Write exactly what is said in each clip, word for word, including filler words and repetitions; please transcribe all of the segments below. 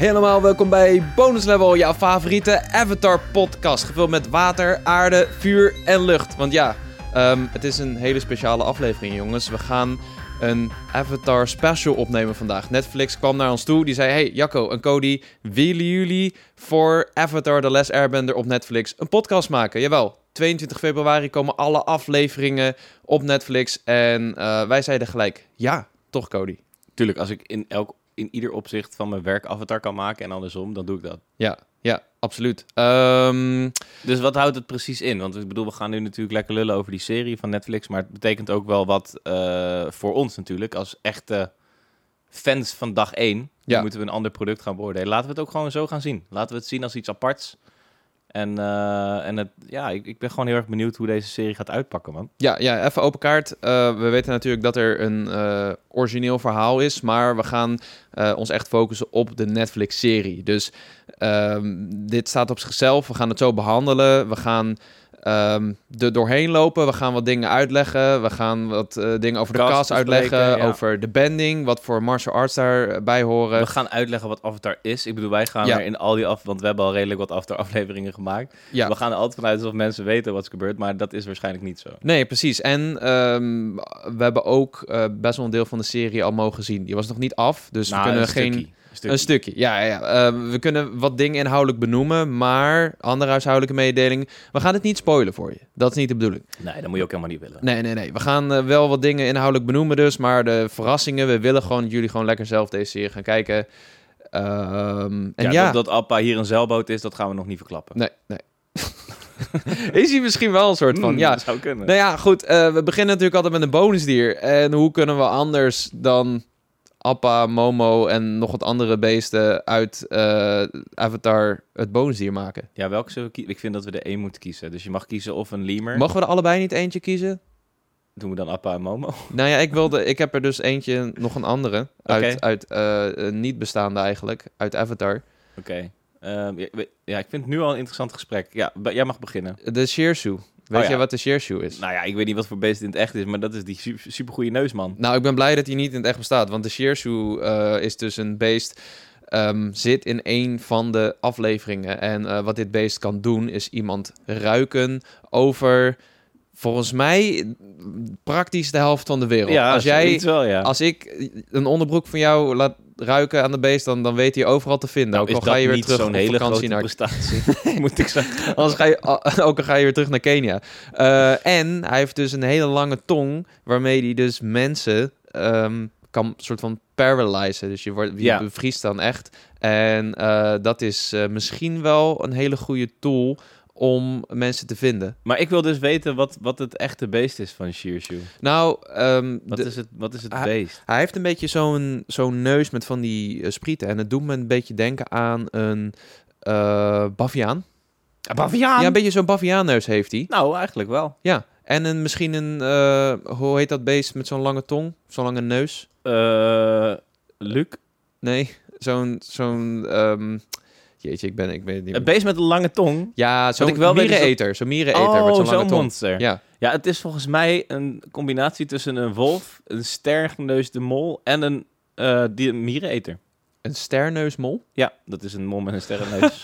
Helemaal welkom bij Bonus Level, jouw favoriete Avatar-podcast. Gevuld met water, aarde, vuur en lucht. Want ja, um, het is een hele speciale aflevering, jongens. We gaan een Avatar special opnemen vandaag. Netflix kwam naar ons toe. Die zei, hey Jacco en Cody, willen jullie voor Avatar The Last Airbender op Netflix een podcast maken? Jawel, tweeëntwintig februari komen alle afleveringen op Netflix. En uh, wij zeiden gelijk, ja, toch Cody? Tuurlijk, als ik in elk in ieder opzicht van mijn werk Avatar kan maken en andersom, dan doe ik dat. Ja, ja, absoluut. Um... Dus wat houdt het precies in? Want ik bedoel, we gaan nu natuurlijk lekker lullen over die serie van Netflix, maar het betekent ook wel wat uh, voor ons natuurlijk, als echte fans van dag één. Ja. Dan moeten we een ander product gaan beoordelen. Laten we het ook gewoon zo gaan zien. Laten we het zien als iets aparts. En, uh, en het, ja, ik, ik ben gewoon heel erg benieuwd hoe deze serie gaat uitpakken, man. Ja, ja, even open kaart. Uh, we weten natuurlijk dat er een uh, origineel verhaal is, maar we gaan uh, ons echt focussen op de Netflix-serie. Dus um, dit staat op zichzelf. We gaan het zo behandelen. We gaan um, er doorheen lopen. We gaan wat dingen uitleggen. We gaan wat uh, dingen over de cast, cast uitleggen. Ja. Over de bending, wat voor martial arts daarbij horen. We gaan uitleggen wat Avatar is. Ik bedoel, wij gaan ja. er in al die af... Want we hebben al redelijk wat Avatar-afleveringen gemaakt. Ja. We gaan er altijd vanuit alsof mensen weten wat er gebeurt. Maar dat is waarschijnlijk niet zo. Nee, precies. En um, we hebben ook uh, best wel een deel van de serie al mogen zien. Die was nog niet af, dus nou, we kunnen een geen... Stukje. Een stukje. Een stukje, ja. ja. Uh, we kunnen wat dingen inhoudelijk benoemen, maar andere huishoudelijke mededeling. We gaan het niet spoilen voor je. Dat is niet de bedoeling. Nee, dat moet je ook helemaal niet willen. Nee, nee, nee. We gaan uh, wel wat dingen inhoudelijk benoemen dus, maar de verrassingen, we willen gewoon dat jullie gewoon lekker zelf deze serie gaan kijken. Um, en ja, ja. Dat, dat Appa hier een zeilboot is, dat gaan we nog niet verklappen. Nee, nee. Is hij misschien wel een soort van... Mm, ja, dat zou kunnen. Nou ja, goed. Uh, we beginnen natuurlijk altijd met een bonusdier. En hoe kunnen we anders dan Appa, Momo en nog wat andere beesten uit uh, Avatar het bonusdier maken? Ja, welke zullen we kiezen? Ik vind dat we er één moeten kiezen. Dus je mag kiezen of een lemur. Mogen we er allebei niet eentje kiezen? Doen we dan Appa en Momo? Nou ja, ik wilde, ik heb er dus eentje, nog een andere. Uit, Okay. uit uh, niet bestaande eigenlijk, uit Avatar. Oké. Okay. Um, ja, ja, ik vind het nu al een interessant gesprek. Ja, b- jij mag beginnen. De Shearshu. Weet oh, ja. je wat de Shearshu is? Nou ja, ik weet niet wat voor beest in het echt is, maar dat is die super, supergoeie neus, man. Nou, ik ben blij dat hij niet in het echt bestaat, want de Shearshu uh, is dus een beest... Um, zit in een van de afleveringen. En uh, wat dit beest kan doen, is iemand ruiken over... Volgens mij praktisch de helft van de wereld. Ja, als jij, wel, ja. Als ik een onderbroek van jou laat ruiken aan de beest, dan, dan weet hij overal te vinden. Nou, ook al ga je weer terug zo'n op hele vakantie naar prestatie, moet ik zeggen. Anders ga je, ook al ga je weer terug naar Kenia. Uh, en hij heeft dus een hele lange tong, waarmee hij dus mensen um, kan soort van paralyzen. Dus je, wordt, je ja. bevriest dan echt. En uh, dat is uh, misschien wel een hele goede tool om mensen te vinden. Maar ik wil dus weten wat, wat het echte beest is van Shearshu. Nou, um, wat, de, is het, wat is het hij, beest? Hij heeft een beetje zo'n, zo'n neus met van die uh, sprieten. En het doet me een beetje denken aan een uh, baviaan. Een baviaan? Ja, een beetje zo'n baviaanneus heeft hij. Nou, eigenlijk wel. Ja, en een, misschien een, uh, hoe heet dat beest met zo'n lange tong? Zo'n lange neus? Uh, Luc? Nee, zo'n... zo'n um, Jeetje, ik ben, ik ben het niet. Een beest met een lange tong? Ja, zo'n miereneter. Zo'n miereneter oh, met zo'n lange zo'n tong. monster. Ja. ja, het is volgens mij een combinatie tussen een wolf, een sterneus de mol en een, uh, die, een miereneter. Een sterneusmol? Ja, dat is een mol met een sterrenneus.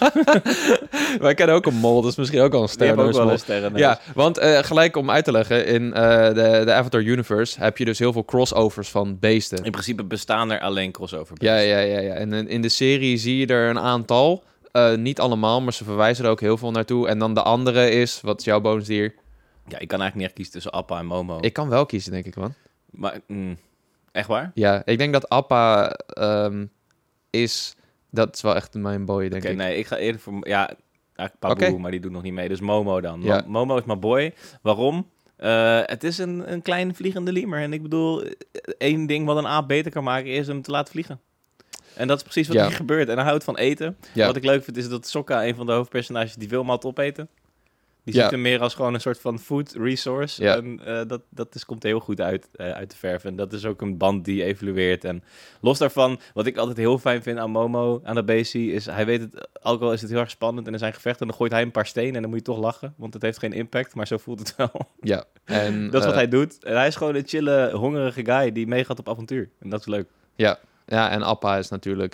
Wij kennen ook een mol, dus misschien ook al een sterrenneus. ook wel een sterrenneus. Ja, want uh, gelijk om uit te leggen, in uh, de, de Avatar Universe heb je dus heel veel crossovers van beesten. In principe bestaan er alleen crossover beesten. Ja, ja, ja, ja. En in, in de serie zie je er een aantal. Uh, niet allemaal, maar ze verwijzen er ook heel veel naartoe. En dan de andere is, wat is jouw bonusdier? Ja, ik kan eigenlijk niet echt kiezen tussen Appa en Momo. Ik kan wel kiezen, denk ik, man. Maar, mm, echt waar? Ja, ik denk dat Appa um, is... Dat is wel echt mijn boy, denk okay, ik. Nee, ik ga eerder voor... Ja, eigenlijk Paboe, okay. Maar die doet nog niet mee. Dus Momo dan. Ja. Mo- Momo is mijn boy. Waarom? Uh, het is een, een klein vliegende lemur. En ik bedoel, één ding wat een aap beter kan maken is hem te laten vliegen. En dat is precies wat ja. hier gebeurt. En hij houdt van eten. Ja. Wat ik leuk vind is dat Sokka, een van de hoofdpersonages, die wil hem altijd opeten. Die ja. ziet hem meer als gewoon een soort van food resource. Ja. En uh, dat, dat is, komt heel goed uit, uh, uit de verf. En dat is ook een band die evolueert. En los daarvan, wat ik altijd heel fijn vind aan Momo, aan de Basie, is hij weet het, ook al is het heel erg spannend en er zijn gevechten, en dan gooit hij een paar stenen en dan moet je toch lachen. Want het heeft geen impact, maar zo voelt het wel. Ja. En, dat is wat uh, hij doet. En hij is gewoon een chille, hongerige guy die meegaat op avontuur. En dat is leuk. Ja. Ja, en Appa is natuurlijk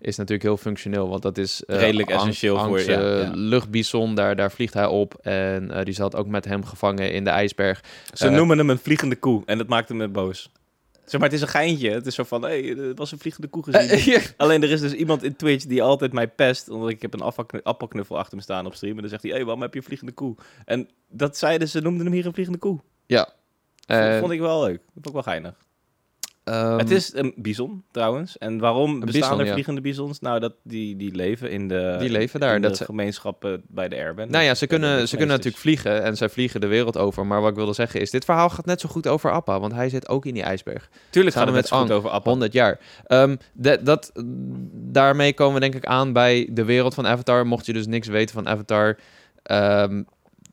is natuurlijk heel functioneel, want dat is uh, redelijk ang- essentieel Angst, voor uh, ja, ja. luchtbison, daar, daar vliegt hij op en uh, die zat ook met hem gevangen in de ijsberg. Ze uh, noemen hem een vliegende koe en dat maakt hem boos. Zeg maar, het is een geintje. Het is zo van, hé, hey, er was een vliegende koe gezien. Uh, yeah. Alleen er is dus iemand in Twitch die altijd mij pest, omdat ik heb een appelknuffel achter me staan op stream. En dan zegt hij, hé, hey, waarom heb je een vliegende koe? En dat zeiden ze, noemden hem hier een vliegende koe. Ja. Uh, dat vond ik wel leuk. Dat vond ik wel geinig. Um, het is een bison, trouwens. En waarom bestaan bison, er vliegende ja. bisons? Nou, dat, die, die leven in de, die leven daar. in de dat ze... gemeenschappen bij de Airband. Nou ja, ze kunnen, ze kunnen natuurlijk vliegen en zij vliegen de wereld over. Maar wat ik wilde zeggen is, dit verhaal gaat net zo goed over Appa. Want hij zit ook in die ijsberg. Tuurlijk gaat het met zo goed over Appa. honderd jaar. Um, de, dat, daarmee komen we denk ik aan bij de wereld van Avatar. Mocht je dus niks weten van Avatar... Um,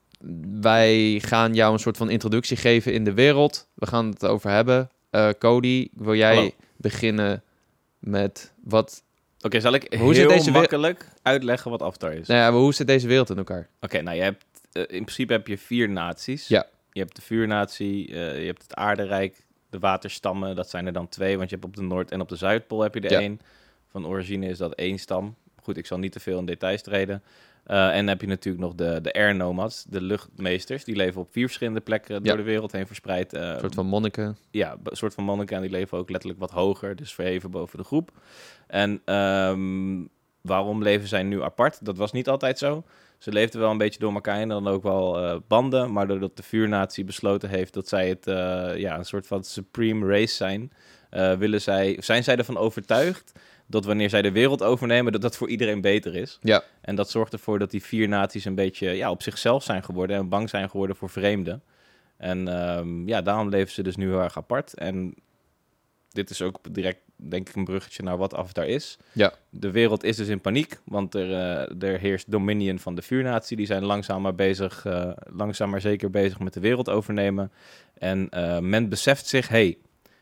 wij gaan jou een soort van introductie geven in de wereld. We gaan het over hebben. Uh, Cody, wil jij Hallo. beginnen met wat... Oké, okay, zal ik hoe heel deze makkelijk we... uitleggen wat Avatar is? Nou ja, maar hoe zit deze wereld in elkaar? Oké, okay, nou je hebt, uh, in principe heb je vier naties. Ja. Je hebt de vuurnatie, uh, je hebt het aarderijk, de waterstammen. Dat zijn er dan twee, want je hebt op de Noord- en op de Zuidpool heb je er ja. één. Van origine is dat één stam. Goed, ik zal niet te veel in details treden. Uh, en dan heb je natuurlijk nog de, de air nomads, de luchtmeesters. Die leven op vier verschillende plekken ja. door de wereld heen verspreid. Uh, een soort van monniken. Ja, een soort van monniken. En die leven ook letterlijk wat hoger, dus verheven boven de groep. En um, waarom leven zij nu apart? Dat was niet altijd zo. Ze leefden wel een beetje door elkaar en dan ook wel uh, banden. Maar doordat de vuurnatie besloten heeft dat zij het, uh, ja, een soort van supreme race zijn... Uh, willen zij, zijn zij ervan overtuigd... dat wanneer zij de wereld overnemen, dat dat voor iedereen beter is. Ja. En dat zorgt ervoor dat die vier naties een beetje ja, op zichzelf zijn geworden en bang zijn geworden voor vreemden. En um, ja, daarom leven ze dus nu heel erg apart. En dit is ook direct, denk ik, een bruggetje naar wat Avatar is. Ja. De wereld is dus in paniek, want er, uh, er heerst dominion van de vuurnatie. Die zijn langzaam maar, bezig, uh, langzaam maar zeker bezig met de wereld overnemen. En uh, men beseft zich, hey,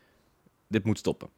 dit moet stoppen.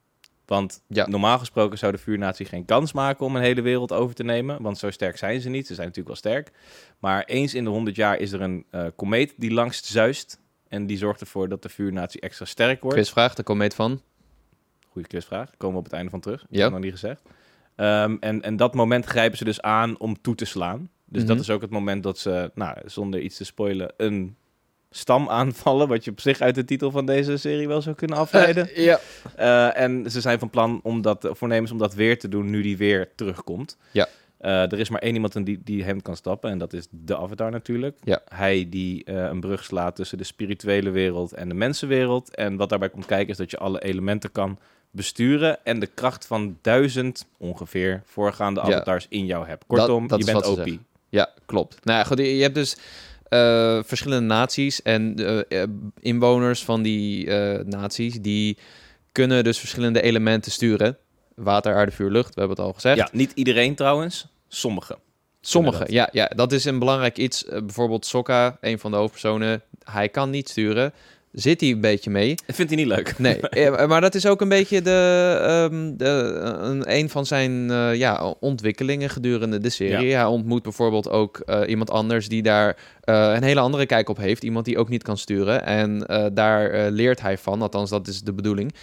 Want ja. normaal gesproken zou de vuurnatie geen kans maken om een hele wereld over te nemen. Want zo sterk zijn ze niet. Ze zijn natuurlijk wel sterk. Maar eens in de honderd jaar is er een uh, komeet die langs zuist. En die zorgt ervoor dat de vuurnatie extra sterk wordt. Quizvraag, de komeet van? Goeie quizvraag. Komen we op het einde van terug. Dat ja. heb ik nog niet gezegd. Um, en, en dat moment grijpen ze dus aan om toe te slaan. Dus mm-hmm. dat is ook het moment dat ze, nou, zonder iets te spoilen, een... stam aanvallen, wat je op zich uit de titel van deze serie wel zou kunnen afleiden. Uh, ja. Uh, en ze zijn van plan om dat, voornemens om dat weer te doen, nu die weer terugkomt. Ja. Uh, er is maar één iemand die, die hem kan stappen, en dat is de Avatar natuurlijk. Ja. Hij die uh, een brug slaat tussen de spirituele wereld en de mensenwereld. En wat daarbij komt kijken is dat je alle elementen kan besturen en de kracht van duizend ongeveer voorgaande avatars ja. in jou hebt. Kortom, dat, dat je bent O P. Ja, klopt. Nou ja, goed, je hebt dus uh, verschillende naties en uh, inwoners van die uh, naties die kunnen dus verschillende elementen sturen. Water, aarde, vuur, lucht, we hebben het al gezegd. Ja, niet iedereen trouwens, sommigen. Sommigen, ja, ja. Dat is een belangrijk iets. Uh, bijvoorbeeld Sokka, een van de hoofdpersonen, hij kan niet sturen. Zit hij een beetje mee. Dat vindt hij niet leuk. Nee, maar dat is ook een beetje de, um, de, een, een van zijn uh, ja, ontwikkelingen gedurende de serie. Ja. Hij ontmoet bijvoorbeeld ook uh, iemand anders die daar uh, een hele andere kijk op heeft. Iemand die ook niet kan sturen. En uh, daar uh, leert hij van, althans dat is de bedoeling.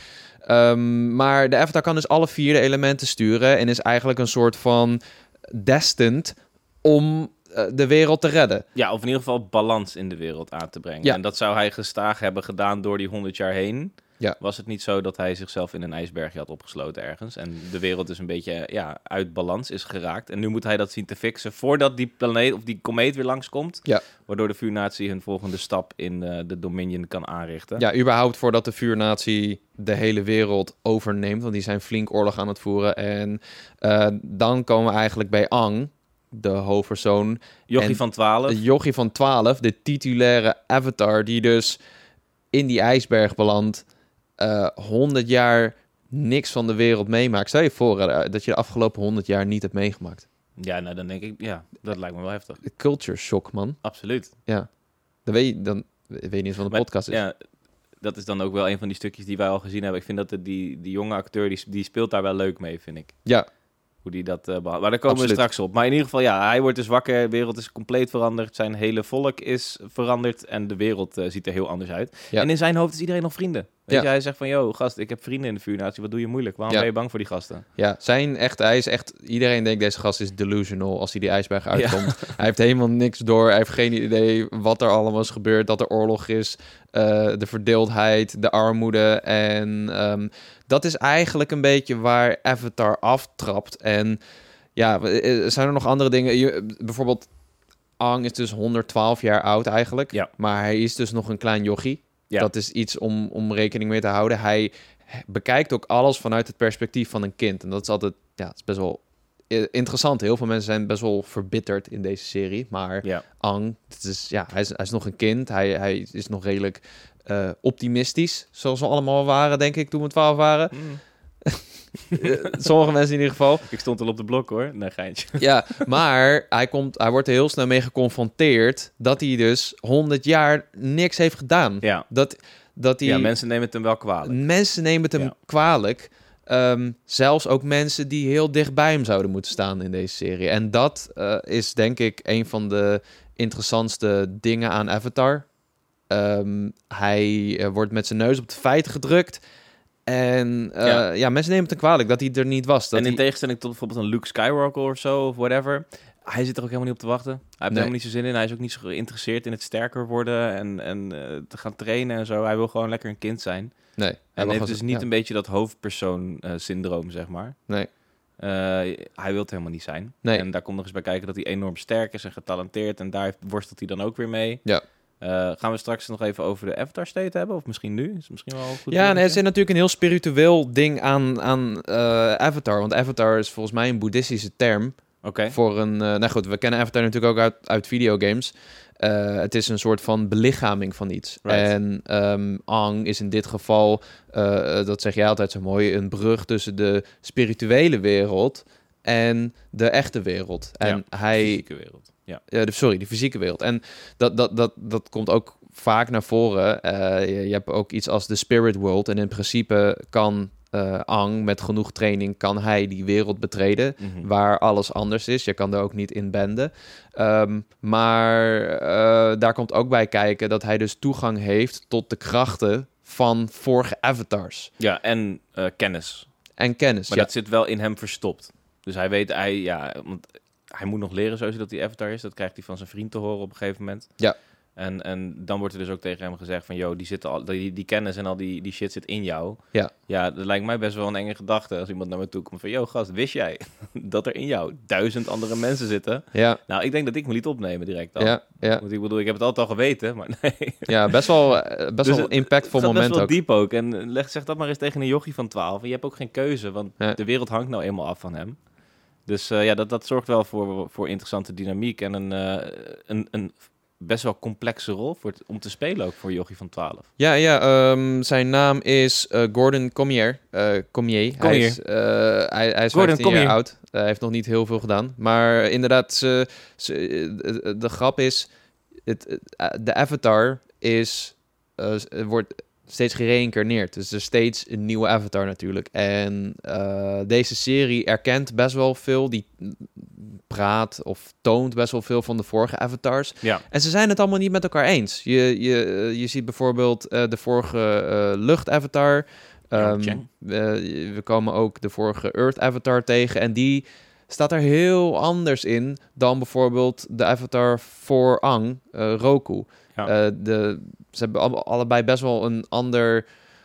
Um, maar de Avatar kan dus alle vier de elementen sturen en is eigenlijk een soort van destined om de wereld te redden. Ja, of in ieder geval balans in de wereld aan te brengen. Ja. En dat zou hij gestaag hebben gedaan door die honderd jaar heen. Ja. Was het niet zo dat hij zichzelf in een ijsbergje had opgesloten ergens. En de wereld dus een beetje ja, uit balans is geraakt. En nu moet hij dat zien te fixen voordat die planeet of die komeet weer langskomt. Ja. Waardoor de vuurnatie hun volgende stap in uh, de Dominion kan aanrichten. Ja, überhaupt voordat de vuurnatie de hele wereld overneemt. Want die zijn flink oorlog aan het voeren. En uh, dan komen we eigenlijk bij Aang, de hoofdpersoon. Jochie van twaalf. Jochie van twaalf, de titulaire avatar, die dus in die ijsberg belandt, uh, honderd jaar niks van de wereld meemaakt. Stel je voor uh, dat je de afgelopen honderd jaar niet hebt meegemaakt. Ja, nou dan denk ik, ja, dat lijkt me wel heftig. Culture shock, man. Absoluut. Ja. Dan weet je, dan weet je niet eens wat een maar, podcast is. Ja, dat is dan ook wel een van die stukjes die wij al gezien hebben. Ik vind dat de, die, die jonge acteur, die, die speelt daar wel leuk mee, vind ik. Ja. Hoe die dat uh, behandelt. Maar daar komen Absoluut. we straks op. Maar in ieder geval, ja, hij wordt dus wakker. De wereld is compleet veranderd. Zijn hele volk is veranderd. En de wereld uh, ziet er heel anders uit. Ja. En in zijn hoofd is iedereen nog vrienden. Weet ja. je, hij zegt van, yo, gast, ik heb vrienden in de vuurnatie. Wat doe je moeilijk? Waarom ja. ben je bang voor die gasten? Ja, zijn echt, hij is echt... Iedereen denkt, deze gast is delusional als hij die ijsberg uitkomt. Ja. Hij heeft helemaal niks door. Hij heeft geen idee wat er allemaal is gebeurd. Dat er oorlog is. Uh, de verdeeldheid, de armoede. En um, dat is eigenlijk een beetje waar Avatar aftrapt. En ja, zijn er nog andere dingen? Je, bijvoorbeeld, Aang is dus honderdtwaalf jaar oud eigenlijk. Ja. Maar hij is dus nog een klein jochie. Ja. Dat is iets om, om rekening mee te houden. Hij bekijkt ook alles vanuit het perspectief van een kind. En dat is altijd, ja, het is best wel interessant. Heel veel mensen zijn best wel verbitterd in deze serie. Maar ja. Aang, het is, ja, hij, is, hij is nog een kind. Hij, hij is nog redelijk uh, optimistisch. Zoals we allemaal waren, denk ik, toen we twaalf waren. Mm. Sommige mensen in ieder geval. Ik stond al op de blok, hoor. Nee, geintje. Ja, maar hij, komt, hij wordt er heel snel mee geconfronteerd dat hij dus honderd jaar niks heeft gedaan. Ja. Dat, dat hij, ja, mensen nemen het hem wel kwalijk. Mensen nemen het hem ja. kwalijk. Um, zelfs ook mensen die heel dicht bij hem zouden moeten staan in deze serie. En dat uh, is denk ik een van de interessantste dingen aan Avatar. Um, hij uh, wordt met zijn neus op de feiten gedrukt. En uh, ja. ja, mensen nemen het hem kwalijk dat hij er niet was. Dat en in hij... tegenstelling tot bijvoorbeeld een Luke Skywalker of zo, of whatever. Hij zit er ook helemaal niet op te wachten. Hij heeft nee. helemaal niet zo zin in. Hij is ook niet zo geïnteresseerd in het sterker worden en, en uh, te gaan trainen en zo. Hij wil gewoon lekker een kind zijn. Nee. En heeft dus niet ja. een beetje dat hoofdpersoon-syndroom, uh, zeg maar. Nee. Uh, hij wil het helemaal niet zijn. Nee. En daar komt nog eens bij kijken dat hij enorm sterk is en getalenteerd. En daar worstelt hij dan ook weer mee. Ja. Uh, gaan we straks nog even over de Avatar State hebben? Of misschien nu? Is het misschien wel goed? Ja, nee, er zit natuurlijk een heel spiritueel ding aan, aan uh, Avatar. Want Avatar is volgens mij een boeddhistische term. Oké. Okay. Voor een... Uh, nou goed, we kennen Avatar natuurlijk ook uit, uit videogames. Uh, het is een soort van belichaming van iets. Right. En um, Aang is in dit geval, uh, dat zeg jij altijd zo mooi, een brug tussen de spirituele wereld en de echte wereld. En ja, hij, de fysieke wereld. Ja. Uh, de, sorry, de fysieke wereld. En dat, dat, dat, dat komt ook vaak naar voren. Uh, je, je hebt ook iets als de spirit world. En in principe kan uh, Aang met genoeg training kan hij die wereld betreden, mm-hmm. waar alles anders is. Je kan er ook niet in benden. Um, maar uh, daar komt ook bij kijken dat hij dus toegang heeft tot de krachten van vorige avatars. Ja, en uh, kennis. En kennis, Maar ja. dat zit wel in hem verstopt. Dus hij weet, hij, ja, want hij moet nog leren sowieso dat hij avatar is. Dat krijgt hij van zijn vriend te horen op een gegeven moment. Ja. En, en dan wordt er dus ook tegen hem gezegd van, yo, die, zitten al, die, die kennis en al die, die shit zit in jou. Ja. Ja, dat lijkt mij best wel een enge gedachte als iemand naar me toe komt van, yo, gast, wist jij dat er in jou duizend andere mensen zitten? Ja. Nou, ik denk dat ik me liet opnemen direct al. Ja, ja. Want ik bedoel, ik heb het altijd al geweten, maar nee. Ja, best wel, best dus wel impactvol moment ook. best wel diep ook. En leg, zeg dat maar eens tegen een jochie van twaalf. En je hebt ook geen keuze, want ja. de wereld hangt nou eenmaal af van hem. Dus uh, ja, dat, dat zorgt wel voor, voor interessante dynamiek en een, uh, een, een best wel complexe rol voor het, om te spelen ook voor jochie van twaalf. Ja, ja um, zijn naam is uh, Gordon Cormier. Uh, Cormier. Hij is, uh, hij, hij is Gordon vijftien jaar oud. Uh, hij heeft nog niet heel veel gedaan. Maar inderdaad, ze, ze, de, de grap is, het, de avatar is, uh, wordt steeds gereïncarneerd. Dus er is steeds een nieuwe avatar natuurlijk. En uh, deze serie erkent best wel veel. Die praat of toont best wel veel van de vorige avatars. Ja. En ze zijn het allemaal niet met elkaar eens. Je, je, je ziet bijvoorbeeld uh, de vorige uh, lucht-avatar. Um, uh, we komen ook de vorige Earth-avatar tegen. En die staat er heel anders in dan bijvoorbeeld de avatar voor Aang, uh, Roku. Ja. Uh, de, ze hebben allebei best wel een ander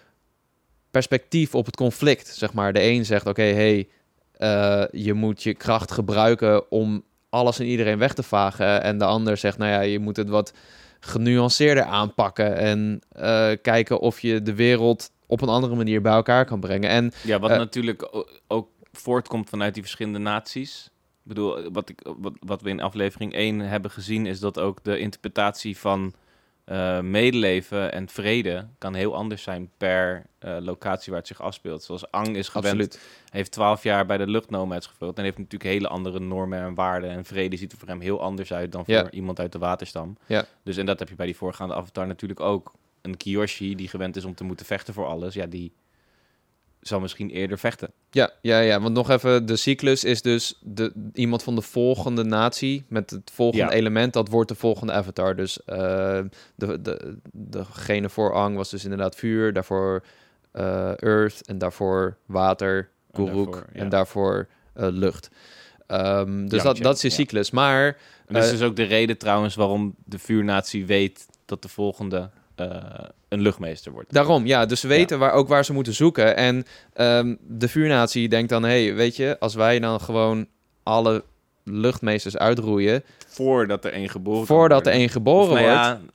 perspectief op het conflict, zeg maar. De een zegt, oké, okay, hey, uh, je moet je kracht gebruiken om alles en iedereen weg te vagen. En de ander zegt, nou ja, je moet het wat genuanceerder aanpakken en uh, kijken of je de wereld op een andere manier bij elkaar kan brengen. En, ja, wat uh, natuurlijk ook voortkomt vanuit die verschillende naties. Ik bedoel, wat, ik, wat, wat we in aflevering één hebben gezien, is dat ook de interpretatie van uh, medeleven en vrede kan heel anders zijn per uh, locatie waar het zich afspeelt. Zoals Aang is gewend, Absoluut. heeft twaalf jaar bij de luchtnomads gevuld en heeft natuurlijk hele andere normen en waarden. En vrede ziet er voor hem heel anders uit dan voor ja. iemand uit de waterstam. Ja. Dus en dat heb je bij die voorgaande avatar natuurlijk ook. Een Kyoshi die gewend is om te moeten vechten voor alles, ja, die zal misschien eerder vechten. Ja, ja, ja, want nog even, de cyclus is dus de, iemand van de volgende natie met het volgende ja. element, dat wordt de volgende avatar. Dus uh, de, de, degene voor Aang was dus inderdaad vuur, daarvoor uh, earth en daarvoor water, Guruk en daarvoor, ja. en daarvoor uh, lucht. Um, dus dat, dat is de cyclus, ja. maar... En dat is uh, dus ook de reden trouwens waarom de vuurnatie weet dat de volgende... Uh, een luchtmeester wordt. Daarom, ja. Dus ze weten ja. waar, ook waar ze moeten zoeken. En um, de vuurnatie denkt dan... hé, hey, weet je, als wij dan gewoon alle luchtmeesters uitroeien... Voordat er één geboren Voordat wordt. er één geboren nou wordt... Ja,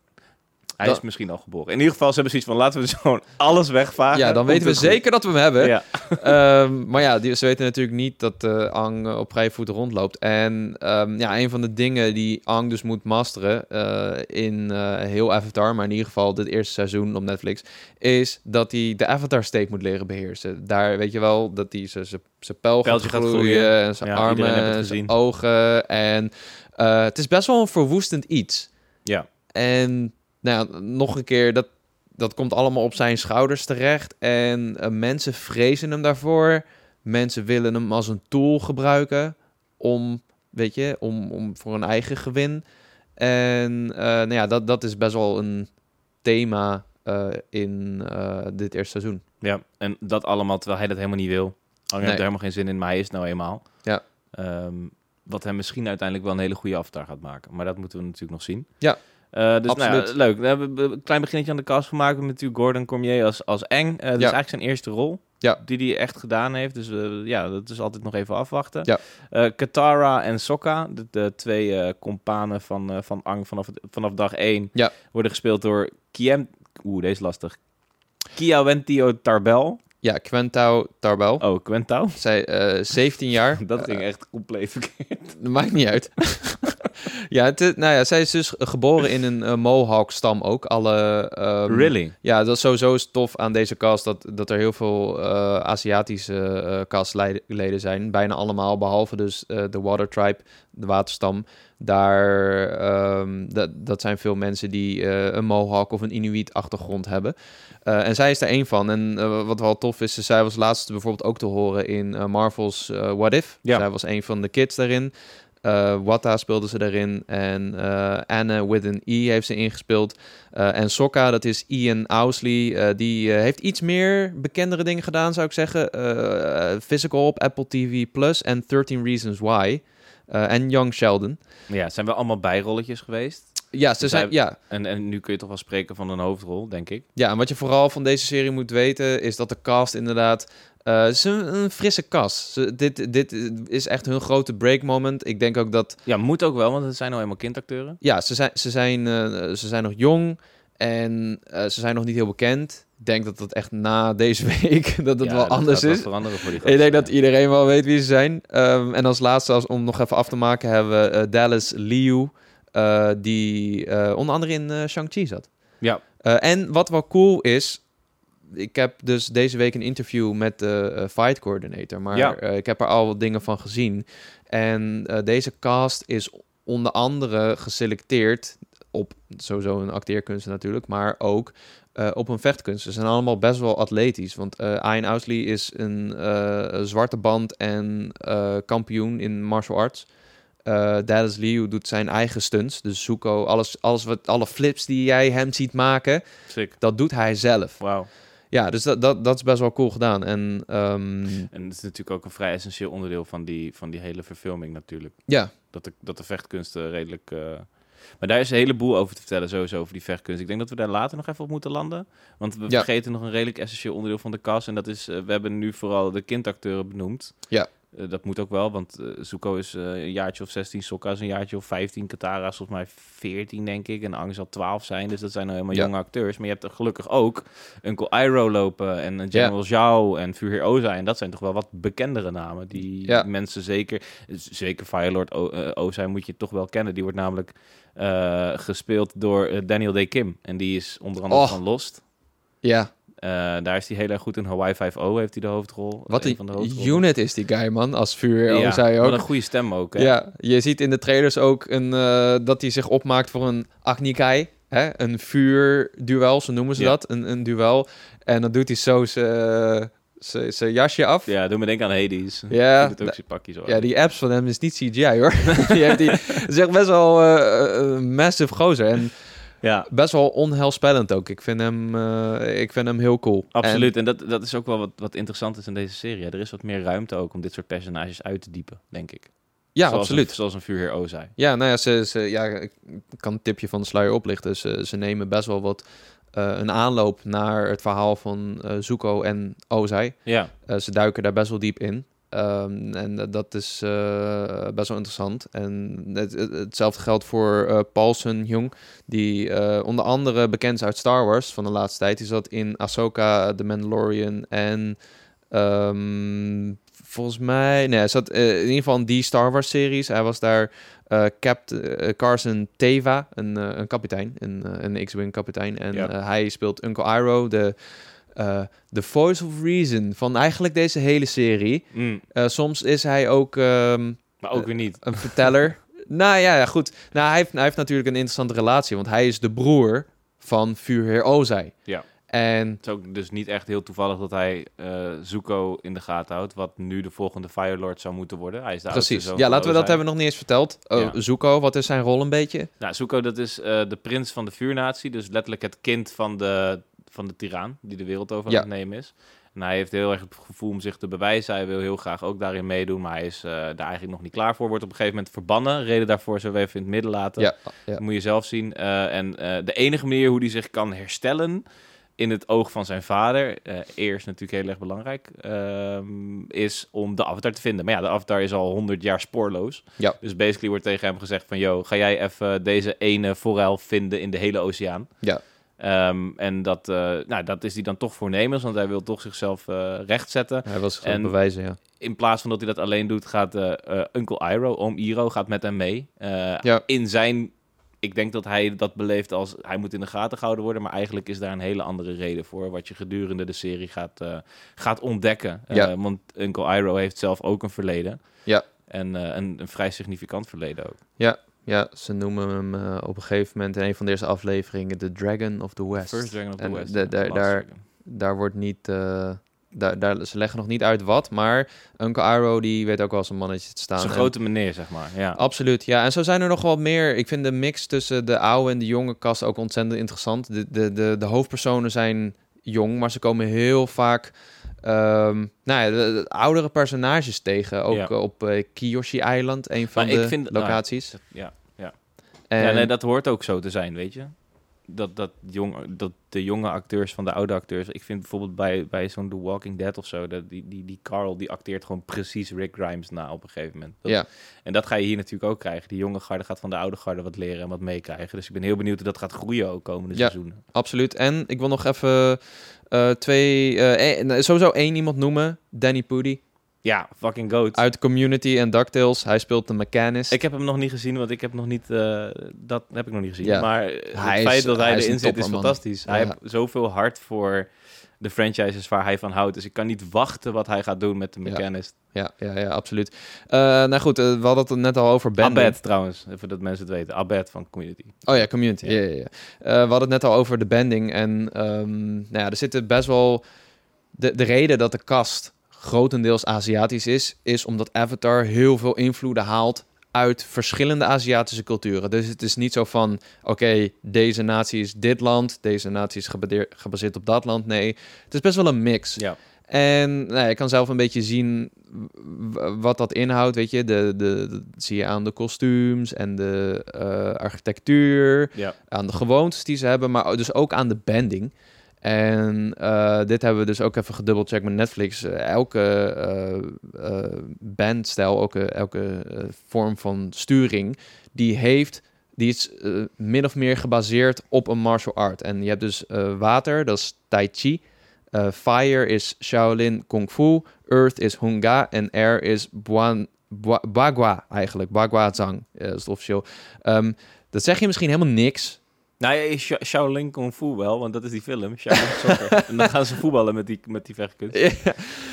hij dat... is misschien al geboren. In ieder geval, ze hebben zoiets van... laten we dus gewoon alles wegvagen. Ja, dan weten we goed. zeker dat we hem hebben. Ja. um, maar ja, die, ze weten natuurlijk niet dat uh, Aang op vrije voeten rondloopt. En um, ja, een van de dingen die Aang dus moet masteren... Uh, in uh, heel Avatar, maar in ieder geval dit eerste seizoen op Netflix... is dat hij de Avatar-state moet leren beheersen. Daar weet je wel dat hij zijn pijl gaat groeien... groeien. En zijn ja, armen en zijn ogen. En uh, het is best wel een verwoestend iets. Ja. En... Nou ja, nog een keer, dat, dat komt allemaal op zijn schouders terecht. En uh, mensen vrezen hem daarvoor. Mensen willen hem als een tool gebruiken om, weet je, om, om voor een eigen gewin. En uh, nou ja, dat, dat is best wel een thema uh, in uh, dit eerste seizoen. Ja, en dat allemaal terwijl hij dat helemaal niet wil. Aang nee. heeft er helemaal geen zin in, maar hij is het nou eenmaal. Ja. Um, wat hem misschien uiteindelijk wel een hele goede avatar gaat maken. Maar dat moeten we natuurlijk nog zien. Ja. Uh, dus nou ja, leuk. We hebben een klein beginnetje aan de cast gemaakt met natuurlijk Gordon Cormier als, als Aang. Uh, dat ja. is eigenlijk zijn eerste rol ja. die hij echt gedaan heeft. Dus uh, ja, dat is altijd nog even afwachten. Ja. Uh, Katara en Sokka, de, de twee uh, companen van, uh, van Aang vanaf, vanaf dag één, ja. worden gespeeld door Kiem... Oeh, deze is lastig. Kiawentio Tarbell. Ja, Quentau Tarbell. Oh, Quentau? Zij uh, zeventien jaar. Dat ging uh, echt compleet verkeerd. Dat maakt niet uit. ja, het, nou ja, zij is dus geboren in een uh, Mohawk-stam ook. Alle, um, really? Ja, dat is sowieso tof aan deze cast, dat, dat er heel veel uh, Aziatische uh, castleden zijn. Bijna allemaal, behalve dus uh, de Water Tribe, de waterstam. Daar, um, dat, dat zijn veel mensen die uh, een Mohawk of een Inuit-achtergrond hebben. Uh, en zij is er één van. En uh, wat wel tof is, zij was laatst bijvoorbeeld ook te horen in uh, Marvel's uh, What If. Ja. Zij was een van de kids daarin. Uh, Wata speelde ze daarin. En uh, Anne with an E heeft ze ingespeeld. Uh, en Sokka, dat is Ian Owsley. Uh, die uh, heeft iets meer bekendere dingen gedaan, zou ik zeggen. Uh, Physical op Apple T V Plus en thirteen Reasons Why. Uh, en Young Sheldon. Ja, het zijn wel allemaal bijrolletjes geweest. Ja, ze zijn, ja. En, en nu kun je toch wel spreken van een hoofdrol, denk ik. Ja, en wat je vooral van deze serie moet weten, is dat de cast inderdaad... Uh, het is een, een frisse cast. Ze, dit, dit is echt hun grote break moment. Ik denk ook dat... Ja, moet ook wel, want het zijn nou eenmaal kindacteuren. Ja, ze zijn, ze zijn, uh, ze zijn nog jong en uh, ze zijn nog niet heel bekend. Ik denk dat dat echt na deze week dat het ja, wel dat anders is. Veranderen voor die gasten, ik denk ja. dat iedereen wel weet wie ze zijn. Um, en als laatste, als, om nog even af te maken, hebben we uh, Dallas Liu, uh, die uh, onder andere in uh, Shang-Chi zat. Ja. Uh, en wat wel cool is, ik heb dus deze week een interview met de uh, fight coordinator, maar ja. uh, ik heb er al wat dingen van gezien. En uh, deze cast is onder andere geselecteerd op sowieso een acteerkunst natuurlijk, maar ook uh, op een vechtkunst. Ze zijn allemaal best wel atletisch, want uh, Ian Owsley is een uh, zwarte band en uh, kampioen in martial arts. Uh, Dallas Liu doet zijn eigen stunts, dus Zuko, alles, alles wat, alle flips die jij hem ziet maken, Sick. Dat doet hij zelf. Wauw. Ja, dus dat, dat, dat is best wel cool gedaan. En, um... en het is natuurlijk ook een vrij essentieel onderdeel van die, van die hele verfilming natuurlijk. Ja. Dat de, dat de vechtkunsten redelijk... Uh... Maar daar is een heleboel over te vertellen, sowieso over die vechtkunst. Ik denk dat we daar later nog even op moeten landen. Want we ja. vergeten nog een redelijk essentieel onderdeel van de cast. En dat is, uh, we hebben nu vooral de kindacteuren benoemd. Ja. Uh, dat moet ook wel, want uh, Zuko is uh, een jaartje of zestien, Sokka is een jaartje of vijftien, Katara is volgens mij veertien, denk ik. En Aang zal twaalf zijn, dus dat zijn nou helemaal ja. jonge acteurs. Maar je hebt er gelukkig ook Uncle Iroh lopen en General ja. Zhao en Vuur Ozai. En dat zijn toch wel wat bekendere namen die ja. mensen zeker... Zeker Firelord o- uh, Ozai moet je toch wel kennen. Die wordt namelijk uh, gespeeld door uh, Daniel Day Kim. En die is onder andere oh. van Lost. Ja. Uh, daar is hij heel erg goed in. Hawaii vijf-O heeft hij de hoofdrol. Wat een, een unit is die guy, man. Als vuur, ja, zei ook. Wat een goede stem ook, hè? Ja, je ziet in de trailers ook een, uh, dat hij zich opmaakt voor een Agni-kai. Hè? Een vuurduel, zo noemen ze ja. dat. Een, een duel. En dan doet hij zo zijn zijn jasje af. Ja, doe me denken aan Hades. Ja, ook zijn pakje zo. Ja, die apps van hem is niet C G I hoor. die heeft die, het is echt best wel uh, uh, massive gozer. En ja. best wel onheilspellend ook. Ik vind hem, uh, ik vind hem heel cool. Absoluut. En, en dat, dat is ook wel wat, wat interessant is in deze serie. Er is wat meer ruimte ook om dit soort personages uit te diepen, denk ik. Ja, zoals absoluut. Een, zoals een vuurheer Ozai. Ja, nou ja, ze, ze, ja, ik kan een tipje van de sluier oplichten. Ze, ze nemen best wel wat uh, een aanloop naar het verhaal van uh, Zuko en Ozai. Ja. Uh, ze duiken daar best wel diep in. Um, en uh, dat is uh, best wel interessant. En het, het, hetzelfde geldt voor uh, Paul Sun-Hyung, die uh, onder andere bekend is uit Star Wars van de laatste tijd. Die zat in Ahsoka, The Mandalorian en um, volgens mij... Nee, hij zat uh, in ieder geval in die Star Wars series. Hij was daar uh, Captain uh, Carson Teva, een, uh, een kapitein, een, uh, een X-Wing kapitein. En ja. uh, hij speelt Uncle Iroh, de... Uh, the voice of reason van eigenlijk deze hele serie. Mm. Uh, soms is hij ook... Um, maar ook weer niet. Een verteller. nou ja, ja, goed. Nou, hij heeft, hij heeft natuurlijk een interessante relatie, want hij is de broer van vuurheer Ozai. Ja. En het is ook dus niet echt heel toevallig dat hij uh, Zuko in de gaten houdt, wat nu de volgende Fire Lord zou moeten worden. Hij is de Precies. Zoon ja, laten we Ozai. dat hebben we nog niet eens verteld. Oh, ja. Zuko, wat is zijn rol een beetje? Nou, Zuko, dat is uh, de prins van de vuurnatie, dus letterlijk het kind van de... van de tiran die de wereld over ja. aan het nemen is. En hij heeft heel erg het gevoel om zich te bewijzen. Hij wil heel graag ook daarin meedoen, maar hij is uh, daar eigenlijk nog niet klaar voor. Wordt op een gegeven moment verbannen. Reden daarvoor zullen we even in het midden laten. Ja, ja. Dat moet je zelf zien. Uh, en uh, de enige manier hoe hij zich kan herstellen in het oog van zijn vader, uh, eerst natuurlijk heel erg belangrijk, uh, is om de avatar te vinden. Maar ja, de avatar is al honderd jaar spoorloos. Ja. Dus basically wordt tegen hem gezegd van, yo, ga jij even deze ene forel vinden in de hele oceaan? Ja. Um, en dat, uh, nou, dat is hij dan toch voornemens, want hij wil toch zichzelf uh, rechtzetten. Hij wil zichzelf en bewijzen, ja. In plaats van dat hij dat alleen doet, gaat uh, uh, Uncle Iroh, oom Iroh, gaat met hem mee. Uh, ja. In zijn... Ik denk dat hij dat beleeft als hij moet in de gaten gehouden worden, maar eigenlijk is daar een hele andere reden voor, wat je gedurende de serie gaat, uh, gaat ontdekken. Ja. Uh, want Uncle Iroh heeft zelf ook een verleden. Ja. En uh, een, een vrij significant verleden ook. Ja. Ja, ze noemen hem uh, op een gegeven moment in een van deze afleveringen The Dragon of the West. First Dragon of the en West. De, de, de, daar, daar wordt niet... Uh, daar, daar, ze leggen nog niet uit wat, maar Uncle Iroh die weet ook wel zijn mannetje te staan. Zijn grote meneer, zeg maar. Ja. Absoluut, ja. En zo zijn er nog wat meer. Ik vind de mix tussen de oude en de jonge kast ook ontzettend interessant. De, de, de, de hoofdpersonen zijn jong, maar ze komen heel vaak... Um, nou ja, de, de oudere personages tegen. Ook ja. op uh, Kyoshi Island, een van maar de vind, locaties. Nou, ja, ja. En... ja nee, dat hoort ook zo te zijn, weet je. Dat, dat, jong, dat de jonge acteurs van de oude acteurs... Ik vind bijvoorbeeld bij, bij zo'n The Walking Dead of zo... Dat die, die, die Carl, die acteert gewoon precies Rick Grimes na op een gegeven moment. Dat, ja. En dat ga je hier natuurlijk ook krijgen. Die jonge garde gaat van de oude garde wat leren en wat meekrijgen. Dus ik ben heel benieuwd hoe dat gaat groeien ook komende ja, seizoenen. Absoluut. En ik wil nog even uh, twee... Uh, een, sowieso één iemand noemen. Danny Pudi. Ja, fucking goat. Uit Community en DuckTales. Hij speelt de Mechanist. Ik heb hem nog niet gezien, want ik heb nog niet... Uh, dat heb ik nog niet gezien. Ja. Maar hij het feit is, dat hij, hij erin zit is man. fantastisch. Ja. Hij heeft zoveel hart voor de franchises waar hij van houdt. Dus ik kan niet wachten wat hij gaat doen met de Mechanist. Ja, ja, ja, ja absoluut. Uh, nou goed, uh, we hadden het net al over bending. Abed trouwens, even dat mensen het weten. Abed van Community. Oh ja, Community. Ja. Ja, ja, ja. Uh, we hadden het net al over de bending. En um, nou ja, er zitten best wel... De, de reden dat de cast... grotendeels Aziatisch is, is omdat Avatar heel veel invloeden haalt uit verschillende Aziatische culturen. Dus het is niet zo van, oké, okay, deze natie is dit land, deze natie is gebaseerd, gebaseerd op dat land. Nee, het is best wel een mix. Ja. En nou, je kan zelf een beetje zien wat dat inhoudt, weet je. De, de, de zie je aan de kostuums en de uh, architectuur, ja. aan de gewoontes die ze hebben, maar dus ook aan de bending. En uh, dit hebben we dus ook even gedubbelcheckt met Netflix. Uh, elke uh, uh, bandstijl, elke, elke uh, vorm van sturing, die heeft, die is uh, min of meer gebaseerd op een martial art. En je hebt dus uh, water, dat is Tai Chi. Uh, fire is Shaolin Kung Fu. Earth is Hunga. En air is Buan, Bua, Bagua eigenlijk. Bagua Zhang, uh, dat is het officieel. Um, dat zeg je misschien helemaal niks. Nou ja, Sha- Shaolin Kung Fu wel, want dat is die film. Shaolin Soccer. En dan gaan ze voetballen met die, met die vechtkunst. Ja,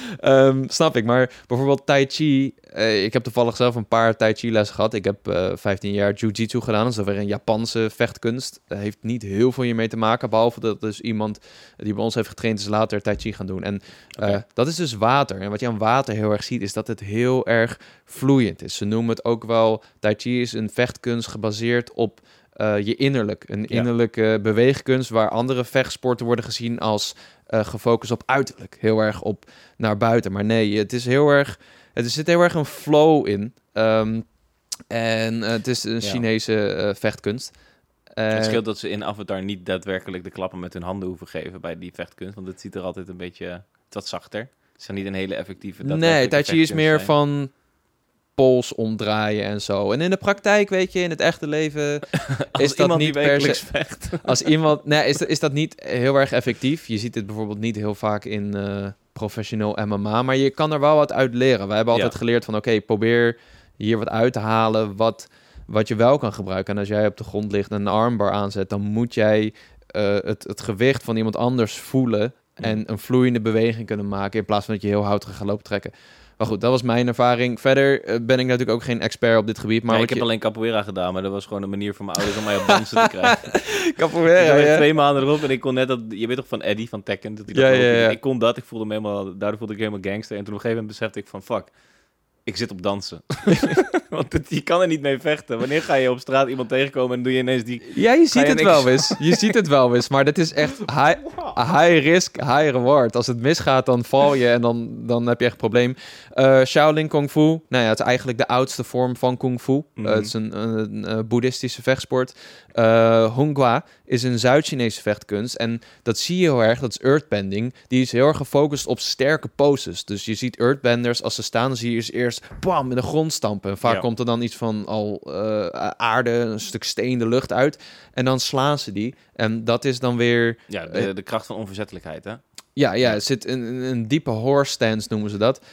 um, snap ik. Maar bijvoorbeeld Tai Chi. Uh, ik heb toevallig zelf een paar Tai Chi lessen gehad. Ik heb uh, vijftien jaar Jiu-Jitsu gedaan. Dat is weer een Japanse vechtkunst. Dat heeft niet heel veel hiermee te maken. Behalve dat dus iemand die bij ons heeft getraind is later Tai Chi gaan doen. En uh, okay. dat is dus water. En wat je aan water heel erg ziet is dat het heel erg vloeiend is. Ze noemen het ook wel... Tai Chi is een vechtkunst gebaseerd op... Uh, je innerlijk. Een innerlijke ja. beweegkunst waar andere vechtsporten worden gezien als uh, gefocust op uiterlijk. Heel erg op naar buiten. Maar nee, het is heel erg... Er zit heel erg een flow in. Um, en uh, het is een ja. Chinese uh, vechtkunst. Uh, het scheelt dat ze in Avatar niet daadwerkelijk de klappen met hun handen hoeven geven bij die vechtkunst. Want het ziet er altijd een beetje wat zachter. Het is niet een hele effectieve... Nee, Tai Chi is meer zijn. van... pols omdraaien en zo. En in de praktijk, weet je, in het echte leven... is dat niet per se... vecht. Als iemand... Nee, is, is dat niet heel erg effectief. Je ziet dit bijvoorbeeld niet heel vaak in uh, professioneel M M A. Maar je kan er wel wat uit leren. Wij hebben altijd ja. geleerd van... Oké, okay, probeer hier wat uit te halen... Wat, wat je wel kan gebruiken. En als jij op de grond ligt en een armbar aanzet... dan moet jij uh, het, het gewicht van iemand anders voelen... en een vloeiende beweging kunnen maken... in plaats van dat je heel houterig gaat lopen trekken. Maar goed, dat was mijn ervaring. Verder uh, ben ik natuurlijk ook geen expert op dit gebied. Maar ja, ik je... heb alleen capoeira gedaan, maar dat was gewoon een manier voor mijn ouders om mij op dansen te krijgen. Capoeira, ik ja. twee maanden erop en ik kon net dat... Je weet toch van Eddie, van Tekken? Dat hij ja, dat ja, ja. Ik kon dat, ik voelde me helemaal... Daardoor voelde ik helemaal gangster. En toen op een gegeven moment besefte ik van, fuck, ik zit op dansen. Want het, je kan er niet mee vechten. Wanneer ga je op straat iemand tegenkomen en doe je ineens die... Ja, je ziet je het wel eens. Je ziet het wel eens. Maar dit is echt high, high risk, high reward. Als het misgaat, dan val je en dan, dan heb je echt een probleem. Uh, Shaolin Kung Fu. Nou ja, het is eigenlijk de oudste vorm van Kung Fu. Mm-hmm. Uh, het is een, een, een, een boeddhistische vechtsport. Uh, Hongwa is een Zuid-Chinese vechtkunst. En dat zie je heel erg, dat is earthbending. Die is heel erg gefocust op sterke poses. Dus je ziet earthbenders, als ze staan, dan zie je ze eerst bam, in de grond stampen. En vaak ja. komt er dan iets van al uh, aarde, een stuk steen de lucht uit. En dan slaan ze die. En dat is dan weer... Ja, de, de kracht van onverzettelijkheid, hè? Ja, ja, er zit een, een diepe horse stance, noemen ze dat.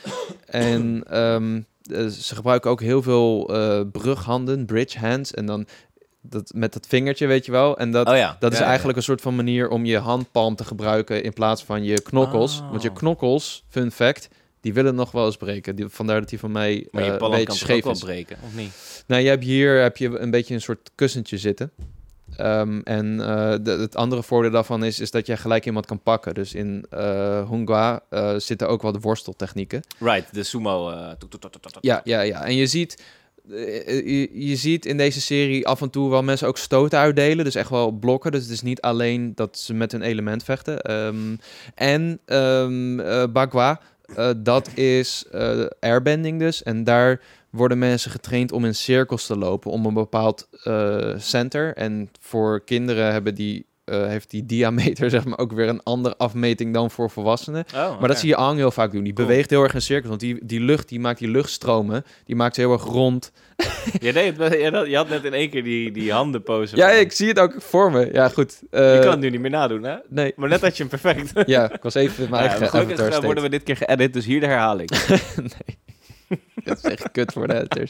En um, ze gebruiken ook heel veel uh, brughanden, bridge hands. En dan dat, met dat vingertje, weet je wel. En dat, oh ja. dat is ja, eigenlijk ja. een soort van manier om je handpalm te gebruiken in plaats van je knokkels. Oh. Want je knokkels, fun fact... Die willen nog wel eens breken. Die, vandaar dat die van mij maar je uh, palm een beetje kan scheef ook wel is. breken, of niet? Nou, je hebt hier heb je een beetje een soort kussentje zitten. Um, en uh, de, het andere voordeel daarvan is, is dat je gelijk iemand kan pakken. Dus in uh, Hongwa uh, zitten ook wel de worsteltechnieken. Right, de sumo. Uh, ja, ja, ja. En je ziet... Je, je ziet in deze serie af en toe wel mensen ook stoten uitdelen. Dus echt wel blokken. Dus het is niet alleen dat ze met hun element vechten. Um, en um, uh, Bagua... Uh, dat is uh, airbending dus. En daar worden mensen getraind om in cirkels te lopen... om een bepaald uh, center. En voor kinderen hebben die, uh, heeft die diameter zeg maar ook weer een andere afmeting dan voor volwassenen. Oh, okay. Maar dat zie je Ang heel vaak doen. Die cool. beweegt heel erg in cirkels. Want die, die lucht, die maakt die luchtstromen. Die maakt ze heel erg rond. Ja, nee, je had net in één keer die, die handenpose. Ja, ik zie het ook voor me. Ja, goed. Uh, je kan het nu niet meer nadoen, hè? Nee. Maar net had je hem perfect. Ja, ik was even mijn eigen... Ja, gelukkig uh, worden we dit keer geëdit, dus hier de herhaling. Nee. Dat is echt kut voor de editors.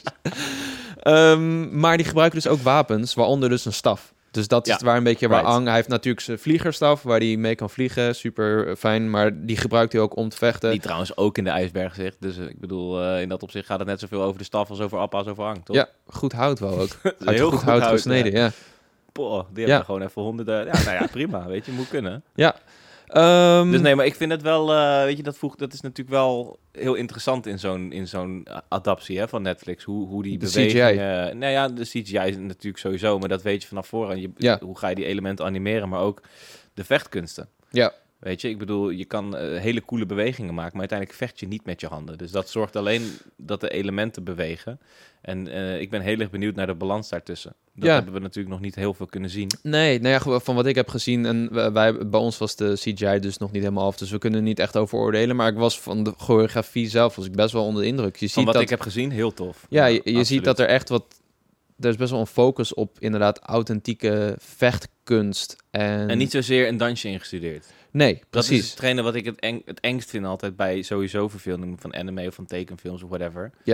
um, maar die gebruiken dus ook wapens, waaronder dus een staf. Dus dat is ja, waar een beetje waar right. Ang... Hij heeft natuurlijk zijn vliegerstaf, waar hij mee kan vliegen. Super fijn, maar die gebruikt hij ook om te vechten. Die trouwens ook in de ijsberg zit. Dus ik bedoel, uh, in dat opzicht gaat het net zoveel over de staf als over Appa als over Ang, toch? Ja, goed hout wel ook. Uit heel goed, goed hout, hout gesneden, ja. ja. Poh, die hebben ja. gewoon even honderden... Ja, nou ja, prima, weet je, moet kunnen. Ja. Um, dus nee, maar ik vind het wel, uh, weet je, dat, voeg, dat is natuurlijk wel heel interessant in zo'n, in zo'n adaptie hè, van Netflix. Hoe, hoe die de bewegingen... C G I. Nou ja, de C G I is natuurlijk sowieso, maar dat weet je vanaf vooraan. Je, ja. Hoe ga je die elementen animeren, maar ook de vechtkunsten. Ja. Weet je, ik bedoel, je kan uh, hele coole bewegingen maken, maar uiteindelijk vecht je niet met je handen. Dus dat zorgt alleen dat de elementen bewegen. En uh, ik ben heel erg benieuwd naar de balans daartussen. Dat ja. hebben we natuurlijk nog niet heel veel kunnen zien. Nee, nou ja, van wat ik heb gezien, en wij, bij ons was de C G I dus nog niet helemaal af, dus we kunnen er niet echt over oordelen. Maar ik was van de choreografie zelf, was ik best wel onder de indruk. Je van ziet wat dat, ik heb gezien, heel tof. Ja, je, je ziet dat er echt wat... Er is best wel een focus op inderdaad authentieke vechtkunst. En, en niet zozeer een dansje ingestudeerd. Nee, precies. Dat is hetgene wat ik het, eng, het engst vind altijd bij sowieso verfilmingen van anime of van tekenfilms of whatever. Ja.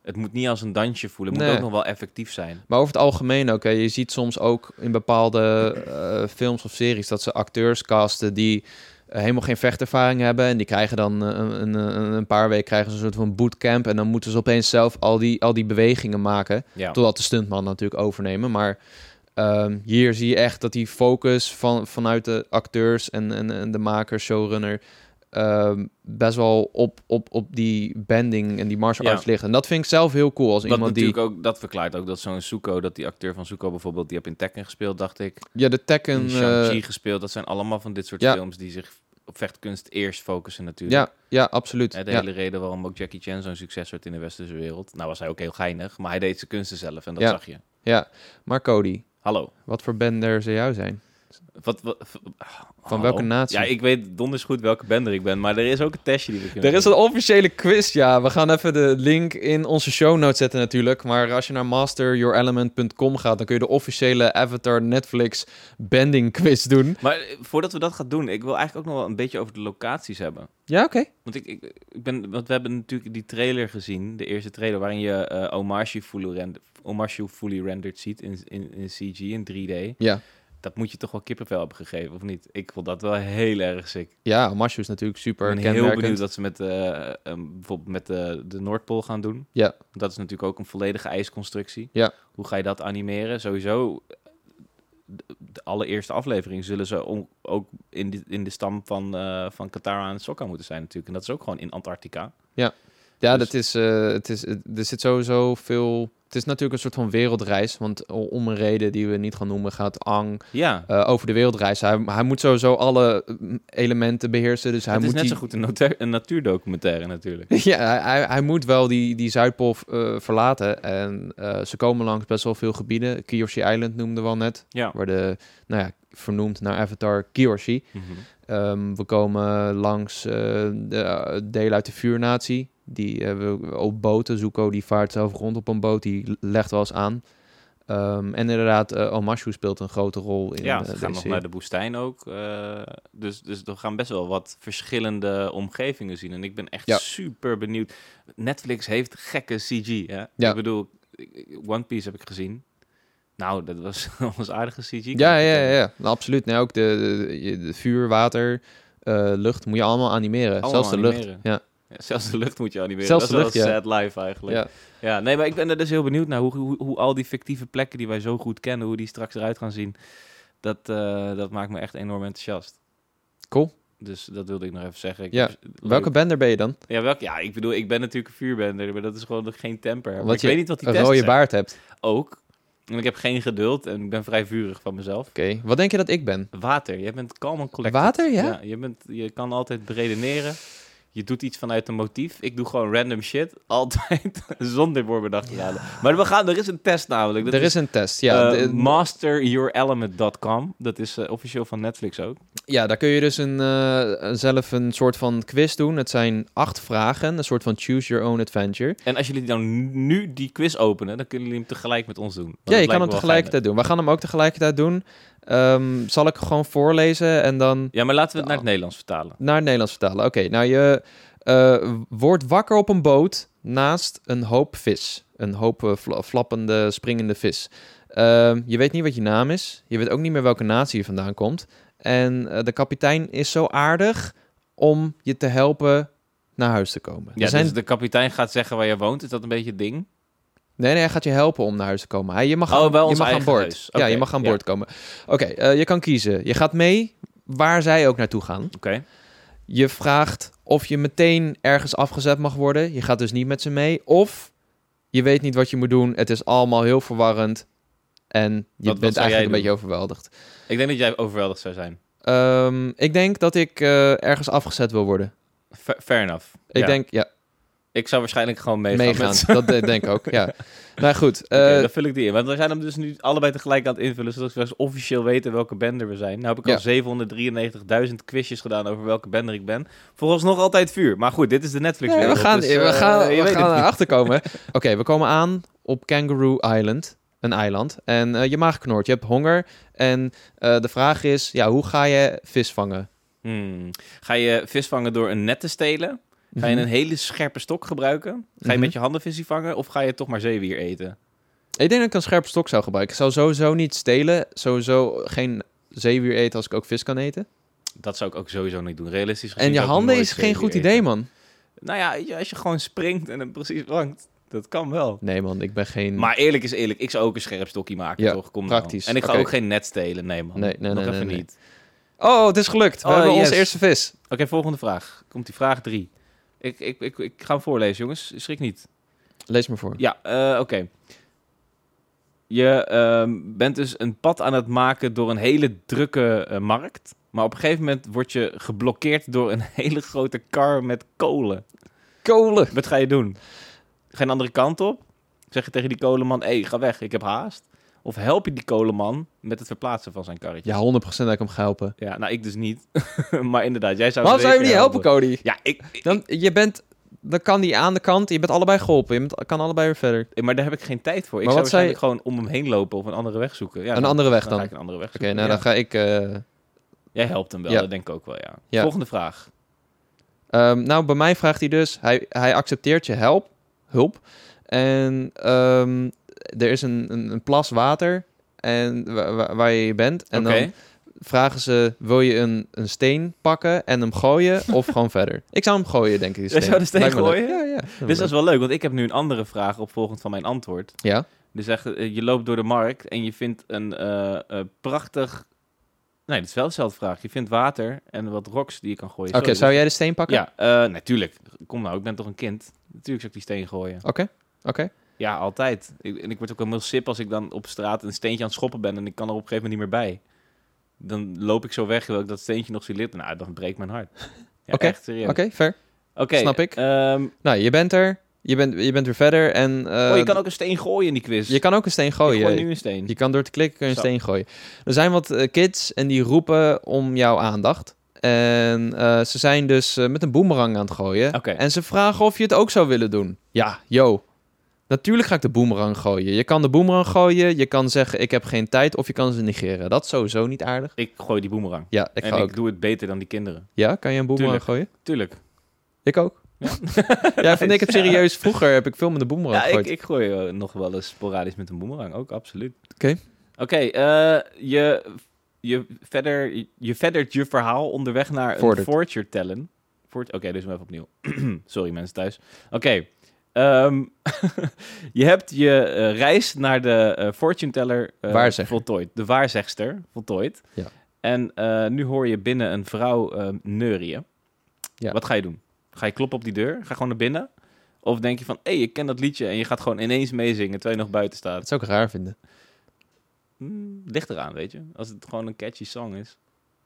Het moet niet als een dansje voelen. Het nee. moet ook nog wel effectief zijn. Maar over het algemeen ook. Hè. Je ziet soms ook in bepaalde uh, films of series dat ze acteurs casten die uh, helemaal geen vechtervaring hebben. En die krijgen dan uh, een, een, een paar weken krijgen ze een soort van bootcamp. En dan moeten ze opeens zelf al die, al die bewegingen maken. Ja. Totdat de stuntman natuurlijk overnemen. Maar um, hier zie je echt dat die focus van, vanuit de acteurs en, en, en de makers, showrunner... Uh, best wel op, op, op die bending en die martial arts ja. ligt. En dat vind ik zelf heel cool. Als dat iemand die... ook, dat verklaart ook dat zo'n Zuko, dat die acteur van Zuko bijvoorbeeld, die heb in Tekken gespeeld, dacht ik. Ja, de Tekken... In Shang-Chi uh... gespeeld. Dat zijn allemaal van dit soort ja. films die zich op vechtkunst eerst focussen natuurlijk. Ja, ja absoluut. Ja, de ja. hele reden waarom ook Jackie Chan zo'n succes werd in de westerse wereld. Nou was hij ook heel geinig, maar hij deed zijn kunsten zelf en dat ja. zag je. Ja, maar Cody. Hallo. Wat voor bender zou jou zijn? Wat, wat, van welke natie? Ja, ik weet donders goed welke bender ik ben, maar er is ook een testje die we kunnen Er is een officiële quiz, ja. We gaan even de link in onze show notes zetten natuurlijk. Maar als je naar master your element punt com gaat, dan kun je de officiële Avatar Netflix bending quiz doen. Maar voordat we dat gaan doen, ik wil eigenlijk ook nog wel een beetje over de locaties hebben. Ja, oké. Okay. Want ik, ik, ik ben, want we hebben natuurlijk die trailer gezien, de eerste trailer, waarin je uh, Omashu fully, render, Omashu fully rendered ziet in, in, in C G, in drie D. Ja. Dat moet je toch wel kippenvel hebben gegeven, of niet? Ik vond dat wel heel erg sick. Ja, Omashu is natuurlijk super kenmerkend. Ik ben heel benieuwd wat ze met, uh, um, bijvoorbeeld met de, de Noordpool gaan doen. Ja. Dat is natuurlijk ook een volledige ijsconstructie. Ja. Hoe ga je dat animeren? Sowieso, de, de allereerste aflevering zullen ze om, ook in, die, in de stam van, uh, van Katara en Sokka moeten zijn natuurlijk. En dat is ook gewoon in Antarctica. Ja, ja dus... dat is, uh, het is, er zit sowieso veel... Het is natuurlijk een soort van wereldreis, want om een reden die we niet gaan noemen gaat Aang ja. uh, over de wereldreis. Hij, hij moet sowieso alle elementen beheersen. Dus hij het moet is net die... zo goed een, notu- een natuurdocumentaire natuurlijk. Ja, hij, hij moet wel die, die Zuidpool uh, verlaten. En uh, ze komen langs best wel veel gebieden. Kyoshi Island noemden we al net. Ja. Waar de, nou ja, vernoemd naar Avatar Kyoshi. Mm-hmm. Um, we komen langs uh, de uh, delen uit de vuurnatie. Die hebben uh, we op boten. Zuko die vaart zelf rond op een boot. Die legt wel eens aan. Um, en inderdaad, uh, Omashu speelt een grote rol in ja, uh, ze deze gaan nog serie. naar de woestijn ook. Uh, dus, dus we gaan best wel wat verschillende omgevingen zien. En ik ben echt ja. super benieuwd. Netflix heeft gekke C G. Hè? Ja. Ik bedoel, One Piece heb ik gezien. Nou, dat was, dat was aardige C G. Ja, ja, ja, ja. Nou, absoluut. Nee, ook de, de, de vuur, water, uh, lucht moet je allemaal animeren. Allemaal zelfs de animeren. lucht. Ja. Ja, zelfs de lucht moet je animeren. Zelfs dat is de lucht, wel sad life eigenlijk. Ja. ja, nee, maar ik ben er dus heel benieuwd naar hoe, hoe, hoe al die fictieve plekken die wij zo goed kennen, hoe die straks eruit gaan zien. Dat, uh, dat maakt me echt enorm enthousiast. Cool. Dus dat wilde ik nog even zeggen. Ik ja. Welke bender ben je dan? Ja, welke, ja, ik bedoel, ik ben natuurlijk een vuurbender, maar dat is gewoon geen temper. Want ik je weet niet wat die een rode baard hebt. Ook. En ik heb geen geduld en ik ben vrij vurig van mezelf. Oké, okay. Wat denk je dat ik ben? Water. Je bent calm en collected. Water, ja? ja je, bent, je kan altijd beredeneren. Je doet iets vanuit een motief. Ik doe gewoon random shit. Altijd zonder voorbedacht te ja. halen. Maar we gaan, er is een test namelijk. Dat er is, is een test, ja. Uh, master your element dot com. Dat is uh, officieel van Netflix ook. Ja, daar kun je dus een, uh, zelf een soort van quiz doen. Het zijn acht vragen. Een soort van choose your own adventure. En als jullie dan nu die quiz openen, dan kunnen jullie hem tegelijk met ons doen. Ja, je kan hem tegelijkertijd doen. We gaan hem ook tegelijkertijd doen. Um, zal ik gewoon voorlezen en dan... Ja, maar laten we het naar het Nederlands vertalen. Naar het Nederlands vertalen. Oké, okay, nou je uh, wordt wakker op een boot naast een hoop vis. Een hoop uh, fl- flappende, springende vis. Uh, je weet niet wat je naam is. Je weet ook niet meer welke natie je vandaan komt. En uh, de kapitein is zo aardig om je te helpen naar huis te komen. Ja, zijn... dus de kapitein gaat zeggen waar je woont. Is dat een beetje het ding? Nee, nee, hij gaat je helpen om naar huis te komen. Hij, je mag, oh, aan, wel je mag aan boord. Okay, ja, je mag aan boord ja. komen. Oké, okay, uh, je kan kiezen. Je gaat mee waar zij ook naartoe gaan. Oké. Okay. Je vraagt of je meteen ergens afgezet mag worden. Je gaat dus niet met ze mee. Of je weet niet wat je moet doen. Het is allemaal heel verwarrend. En je wat, bent wat eigenlijk een beetje overweldigd. Ik denk dat jij overweldigd zou zijn. Um, ik denk dat ik uh, ergens afgezet wil worden. F- fair enough. Ik ja. denk, ja. Ik zou waarschijnlijk gewoon meegaan. meegaan. Dat denk ik ook, ja. Nou goed. Uh, okay, dan vul ik die in. Want we zijn hem dus nu allebei tegelijk aan het invullen, zodat we officieel weten welke bender we zijn. Nou heb ik al ja. zevenhonderddrieënnegentigduizend quizjes gedaan over welke bender ik ben. Vooralsnog altijd vuur. Maar goed, dit is de Netflix nee, wereld. We gaan, dus, uh, we gaan, uh, we gaan erachter komen. Oké, okay, we komen aan op Kangaroo Island. Een eiland. En uh, je maag knort. Je hebt honger. En uh, de vraag is, ja, hoe ga je vis vangen? Hmm. Ga je vis vangen door een net te stelen? Ga je een hele scherpe stok gebruiken? Ga je Mm-hmm. met je handen visie vangen? Of ga je toch maar zeewier eten? Ik denk dat ik een scherpe stok zou gebruiken. Ik zou sowieso niet stelen. Sowieso geen zeewier eten als ik ook vis kan eten. Dat zou ik ook sowieso niet doen. Realistisch gezien En je zou ik handen nooit is geen zeewier goed eten. idee, man. Nou ja, weet je, als je gewoon springt en hem precies vangt. Dat kan wel. Nee, man. Ik ben geen... Maar eerlijk is eerlijk. Ik zou ook een scherp stokje maken, Ja, toch? Kom nou. praktisch. En ik ga Oké. ook geen net stelen. Nee, man. Nee, nee, Nog nee, even nee, niet. Oh, het is gelukt. We Oh, hebben yes. onze eerste vis. Oké, okay, volgende vraag. Komt die vraag drie. Ik, ik, ik, ik ga hem voorlezen, jongens. Schrik niet. Lees me voor. Ja, uh, oké. Okay. Je uh, bent dus een pad aan het maken door een hele drukke uh, markt. Maar op een gegeven moment word je geblokkeerd door een hele grote kar met kolen. Kolen. Wat ga je doen? Ga je een andere kant op? Zeg je tegen die kolenman, hé, hey, ga weg, ik heb haast. Of help je die kolenman met het verplaatsen van zijn karretje? Ja, honderd procent dat ik hem ga helpen. Ja, nou, ik dus niet. Maar inderdaad, jij zou... Waarom zou je me niet helpen, helpen, Cody? Ja, ik... ik Dan, je bent... Dan kan die aan de kant. Je bent allebei geholpen. Je bent, kan allebei weer verder. maar daar heb ik geen tijd voor. Ik Maar zou wat zei waarschijnlijk gewoon om hem heen lopen of een andere weg zoeken. Ja, een dan, andere weg dan? dan? ga ik een andere weg Oké, zoeken. nou ja. dan ga ik... Uh... Jij helpt hem wel, Ja. dat denk ik ook wel, ja. Ja. Volgende vraag. Um, nou, bij mij vraagt hij dus... Hij, hij accepteert je help, hulp. En um, er is een, een, een plas water en waar, waar, waar je bent. En okay. dan vragen ze... Wil je een, een steen pakken en hem gooien of gewoon verder? Ik zou hem gooien, denk ik. Die Jij zou de steen Lijkt me leuk. gooien? Ja, ja. Dus dat is wel leuk, want ik heb nu een andere vraag opvolgend van mijn antwoord. Ja? Dus zeg, uh, je loopt door de markt en je vindt een uh, uh, prachtig... Nee, dat is wel dezelfde vraag. Je vindt water en wat rocks die je kan gooien. Oké, okay, zou jij de steen pakken? Ja, uh, natuurlijk. Kom nou, ik ben toch een kind. Natuurlijk zou ik die steen gooien. Oké, okay. oké. Okay. Ja, altijd. Ik, en ik word ook wel heel sip als ik dan op straat een steentje aan het schoppen ben en ik kan er op een gegeven moment niet meer bij. Dan loop ik zo weg, terwijl ik dat steentje nog zie liggen. Nou, dan breekt mijn hart. Ja, Oké, okay. echt serieus. Oké, okay, fair. Okay, snap ik. Um, nou, je bent er. Je bent, je bent weer verder en... Uh, oh, je kan ook een steen gooien in die quiz. Je kan ook een steen gooien. Ik gooi nu een steen. Je kan door te klikken kun je een steen gooien. Er zijn wat uh, kids en die roepen om jouw aandacht. En uh, ze zijn dus uh, met een boemerang aan het gooien. Okay. En ze vragen of je het ook zou willen doen. Ja, yo. Natuurlijk ga ik de boemerang gooien. Je kan de boemerang gooien, je kan zeggen ik heb geen tijd of je kan ze negeren. Dat is sowieso niet aardig. Ik gooi die boemerang. Ja, ik en ga ik ook. doe het beter dan die kinderen. Ja, kan je een boemerang Tuurlijk. gooien? Tuurlijk. Ik ook. Ja, ja vind ik het serieus. Vroeger heb ik veel met de boemerang ja, gegooid. Ik, ik gooi uh, nog wel eens sporadisch met een boemerang. Ook, absoluut. Oké. Okay. Oké, okay, uh, je, je, verder, je verdert je verhaal onderweg naar een fortune tellen. Fort, Oké, okay, dus even opnieuw. Sorry mensen thuis. Oké. Okay. Um, je hebt je uh, reis naar de uh, fortune teller uh, voltooid. De waarzegster voltooid. Ja. En uh, nu hoor je binnen een vrouw uh, neurieën. Ja. Wat ga je doen? Ga je kloppen op die deur? Ga je gewoon naar binnen? Of denk je van, hé, hey, ik ken dat liedje en je gaat gewoon ineens meezingen terwijl je nog buiten staat? Dat zou ik raar vinden. Hmm, ligt eraan, weet je. Als het gewoon een catchy song is.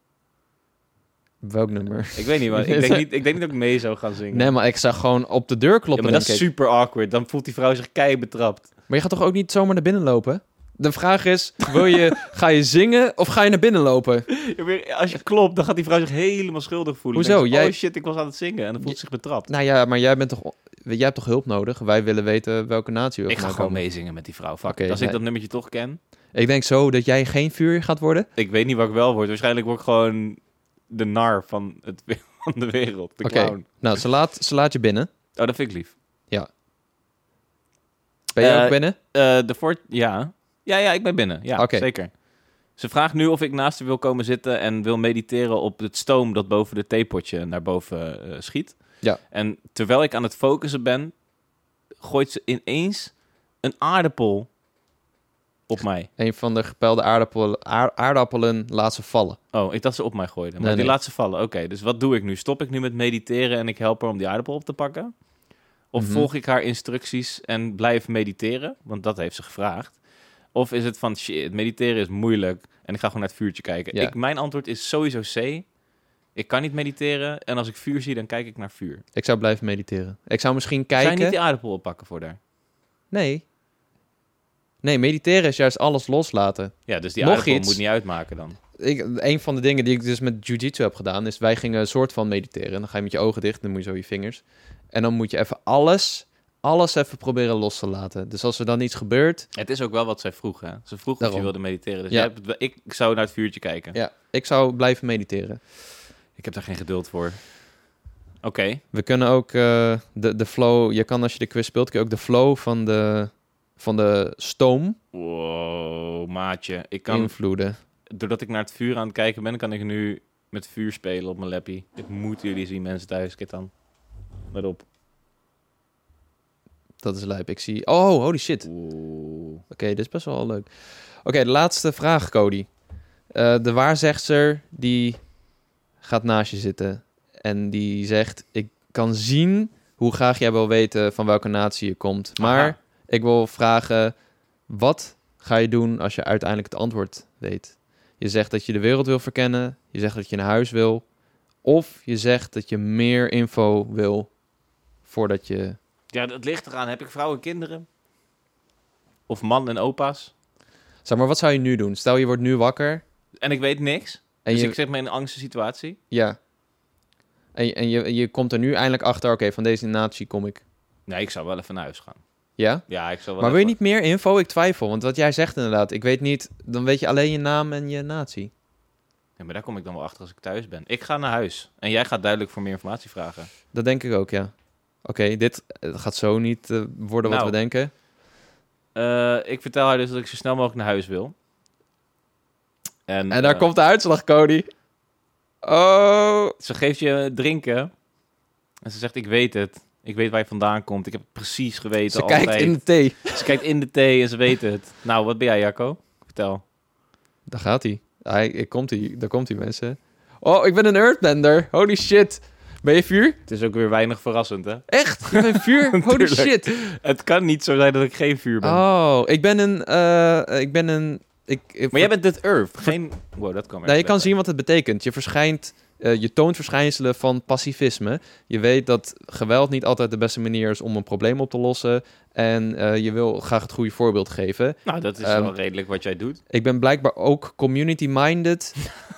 Welk nummer? Ik weet niet, maar ik denk niet, ik denk niet dat ik mee zou gaan zingen. Nee, maar ik zou gewoon op de deur kloppen. Ja, maar dat is ik. super awkward. Dan voelt die vrouw zich kei betrapt. Maar je gaat toch ook niet zomaar naar binnen lopen? De vraag is, wil je, ga je zingen of ga je naar binnen lopen? Ja, als je klopt, dan gaat die vrouw zich helemaal schuldig voelen. Hoezo? Ze, jij... Oh shit, ik was aan het zingen. En dan voelt ze zich betrapt. Nou ja, maar jij, bent toch, jij hebt toch hulp nodig? Wij willen weten welke natie we Ik ga gaan gewoon komen. meezingen met die vrouw. Fuck okay, Als nee. ik dat nummertje toch ken. Ik denk zo dat jij geen vuur gaat worden. Ik weet niet wat ik wel word. Waarschijnlijk word ik gewoon de nar van, het, van de wereld. De okay. clown. Nou, ze laat, ze laat je binnen. Oh, dat vind ik lief. Ja. Ben je uh, ook binnen? Uh, de fort, ja. Ja, ja, ik ben binnen. Ja, okay. Zeker. Ze vraagt nu of ik naast haar wil komen zitten en wil mediteren op het stoom dat boven de theepotje naar boven uh, schiet. Ja. En terwijl ik aan het focussen ben, gooit ze ineens een aardappel op mij. Een van de gepelde aardappelen, aard, aardappelen laat ze vallen. Oh, ik dacht ze op mij gooide. Maar nee, die nee. laat ze vallen. Oké, okay, dus wat doe ik nu? Stop ik nu met mediteren en ik help haar om die aardappel op te pakken? Of mm-hmm. volg ik haar instructies en blijf mediteren? Want dat heeft ze gevraagd. Of is het van, shit, mediteren is moeilijk en ik ga gewoon naar het vuurtje kijken. Ja. Ik, mijn antwoord is sowieso C. Ik kan niet mediteren en als ik vuur zie, dan kijk ik naar vuur. Ik zou blijven mediteren. Ik zou misschien kijken... Zou je niet die aardappel oppakken voor daar? Nee. Nee, mediteren is juist alles loslaten. Ja, dus die Nog aardappel iets, moet niet uitmaken dan. Ik, een van de dingen die ik dus met jiu-jitsu heb gedaan, is wij gingen een soort van mediteren. Dan ga je met je ogen dicht, dan moet je zo je vingers. En dan moet je even alles... alles even proberen los te laten. Dus als er dan iets gebeurt... Het is ook wel wat zij vroeg, hè? Ze vroeg Daarom. of je wilde mediteren. Dus ja. jij hebt, ik zou naar het vuurtje kijken. Ja, ik zou blijven mediteren. Ik heb daar geen geduld voor. Oké. Okay. We kunnen ook uh, de, de flow... Je kan als je de quiz speelt, kun je ook de flow van de, van de stoom... Wow, maatje. Ik kan... invloeden. Doordat ik naar het vuur aan het kijken ben, kan ik nu met vuur spelen op mijn lappie. Dit moeten jullie zien, mensen thuis. Kijk dan. Let op. Dat is lijp. Ik zie... Oh, holy shit. Oké, okay, dit is best wel leuk. Oké, okay, de laatste vraag, Cody. Uh, de waarzegster die gaat naast je zitten. En die zegt... Ik kan zien hoe graag jij wil weten van welke natie je komt. Maar Aha. ik wil vragen... Wat ga je doen als je uiteindelijk het antwoord weet? Je zegt dat je de wereld wil verkennen. Je zegt dat je naar huis wil. Of je zegt dat je meer info wil voordat je... Ja, dat ligt eraan. Heb ik vrouwen en kinderen? Of man en opa's? Zeg maar, wat zou je nu doen? Stel, je wordt nu wakker. En ik weet niks. En dus je... ik zet me in een angstige situatie. Ja. En, je, en je, je komt er nu eindelijk achter, oké, okay, van deze natie kom ik. Nee, ik zou wel even naar huis gaan. Ja? Ja, ik zou wel Maar even... wil je niet meer info? Ik twijfel, want wat jij zegt inderdaad, ik weet niet, dan weet je alleen je naam en je natie. Ja, maar daar kom ik dan wel achter als ik thuis ben. Ik ga naar huis. En jij gaat duidelijk voor meer informatie vragen. Dat denk ik ook, ja. Oké, okay, dit gaat zo niet uh, worden nou, wat we denken. Uh, ik vertel haar dus dat ik zo snel mogelijk naar huis wil. En, en daar uh, komt de uitslag, Cody. Oh. Ze geeft je drinken. En ze zegt, ik weet het. Ik weet waar je vandaan komt. Ik heb het precies geweten. Ze altijd. kijkt in de thee. Ze kijkt in de thee en ze weet het. Nou, wat ben jij, Jacco? Vertel. Daar gaat hij. Hij, ik komt hij. Daar komt hij, mensen. Oh, ik ben een earthbender. Holy shit. Ben je vuur? Het is ook weer weinig verrassend, hè? Echt? Je bent vuur? Holy shit. Het kan niet zo zijn dat ik geen vuur ben. Oh, ik ben een... Uh, ik ben een... Ik, ik, maar jij bent dit Earth. Geen... Wow, dat kan weer. Nee, je kan zien wat het betekent. Je verschijnt... Uh, je toont verschijnselen van pacifisme. Je weet dat geweld niet altijd de beste manier is om een probleem op te lossen. En uh, je wil graag het goede voorbeeld geven. Nou, dat is um, wel redelijk wat jij doet. Ik ben blijkbaar ook community-minded.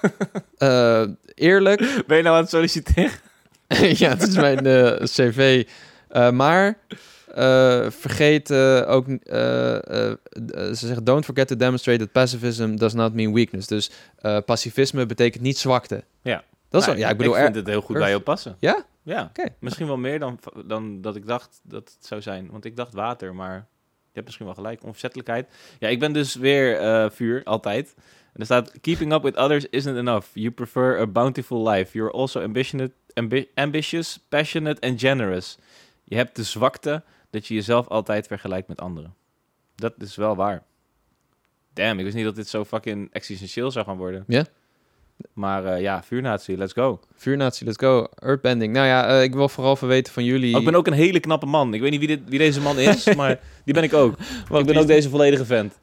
uh, eerlijk. Ben je nou aan het solliciteren? Ja, het is mijn uh, cv. Uh, maar uh, vergeet uh, ook... Uh, uh, uh, ze zeggen, don't forget to demonstrate that pacifism does not mean weakness. Dus uh, pacifisme betekent niet zwakte. Ja. Dat is nou, wel, ja, ik bedoel, ik vind het heel goed bij jou passen. Ja? Ja. Okay. Misschien wel meer dan, dan dat ik dacht dat het zou zijn. Want ik dacht water, maar je hebt misschien wel gelijk. Onverzettelijkheid. Ja, ik ben dus weer uh, vuur, altijd. En er staat, keeping up with others isn't enough. You prefer a bountiful life. You're also ambitionate, ambi- ambitious, passionate and generous. Je hebt de zwakte dat je jezelf altijd vergelijkt met anderen. Dat is wel waar. Damn, ik wist niet dat dit zo fucking existentieel zou gaan worden. Ja? Yeah. Maar uh, ja, vuurnatie, let's go. Vuurnatie, let's go. Earthbending. Nou ja, uh, ik wil vooral even weten van jullie... Oh, ik ben ook een hele knappe man. Ik weet niet wie, dit, wie deze man is, maar die ben ik ook. Want ik ben ook deze volledige vent.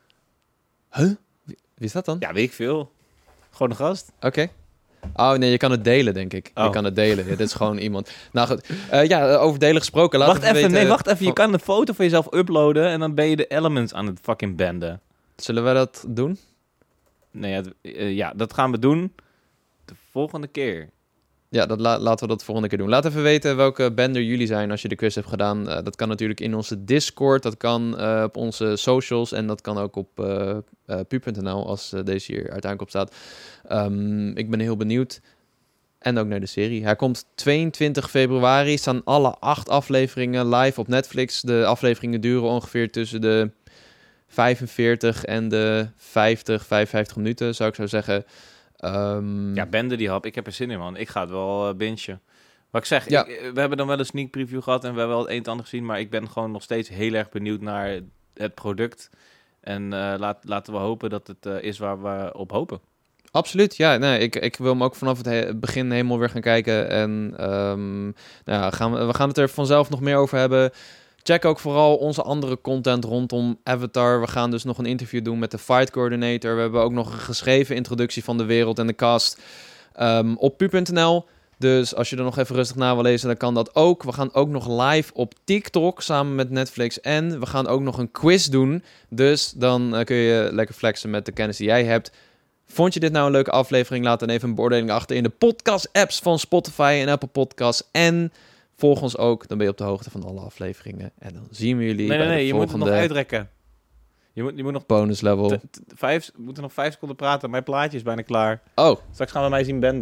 Huh? Wie, wie is dat dan? Ja, weet ik veel. Gewoon een gast. Oké. Okay. Oh nee, je kan het delen, denk ik. Oh. Je kan het delen. Ja, dit is gewoon iemand. Nou goed. Uh, ja, over delen gesproken. Laat wacht even, weten, nee, wacht even. Je kan een foto van jezelf uploaden en dan ben je de elements aan het fucking benden. Zullen we dat doen? Nee, ja, uh, ja, dat gaan we doen de volgende keer. Ja, dat la- laten we dat de volgende keer doen. Laat even weten welke bender jullie zijn als je de quiz hebt gedaan. Uh, dat kan natuurlijk in onze Discord, dat kan uh, op onze socials en dat kan ook op uh, uh, pu punt n l als uh, deze hier uiteindelijk op staat. Um, ik ben heel benieuwd. En ook naar de serie. Hij komt tweeëntwintig februari. Staan alle acht afleveringen live op Netflix. De afleveringen duren ongeveer tussen de vijfenveertig en de vijftig, vijfenvijftig minuten, zou ik zo zeggen. Um... Ja, bende die hap. Ik heb er zin in, man. Ik ga het wel uh, bingen. Wat ik zeg, ja. ik, we hebben dan wel een sneak preview gehad en we hebben wel het een en ander gezien, maar ik ben gewoon nog steeds heel erg benieuwd naar het product. En uh, laat, laten we hopen dat het uh, is waar we op hopen. Absoluut, ja. Nee, ik, ik wil hem ook vanaf het he- begin helemaal weer gaan kijken. En um, nou, gaan we, we gaan het er vanzelf nog meer over hebben. Check ook vooral onze andere content rondom Avatar. We gaan dus nog een interview doen met de Fight Coordinator. We hebben ook nog een geschreven introductie van de wereld en de cast um, op pu punt n l. Dus als je er nog even rustig na wil lezen, dan kan dat ook. We gaan ook nog live op TikTok samen met Netflix. En we gaan ook nog een quiz doen. Dus dan uh, kun je lekker flexen met de kennis die jij hebt. Vond je dit nou een leuke aflevering? Laat dan even een beoordeling achter in de podcast-apps van Spotify en Apple Podcasts. En volg ons ook, dan ben je op de hoogte van alle afleveringen. En dan zien we jullie nee, bij nee, nee, de je volgende... moet het nog uitrekken. Je moet, je moet nog... Bonus level. T- t- vijf, we moeten nog vijf seconden praten. Mijn plaatje is bijna klaar. Oh. Straks gaan we mij zien benden.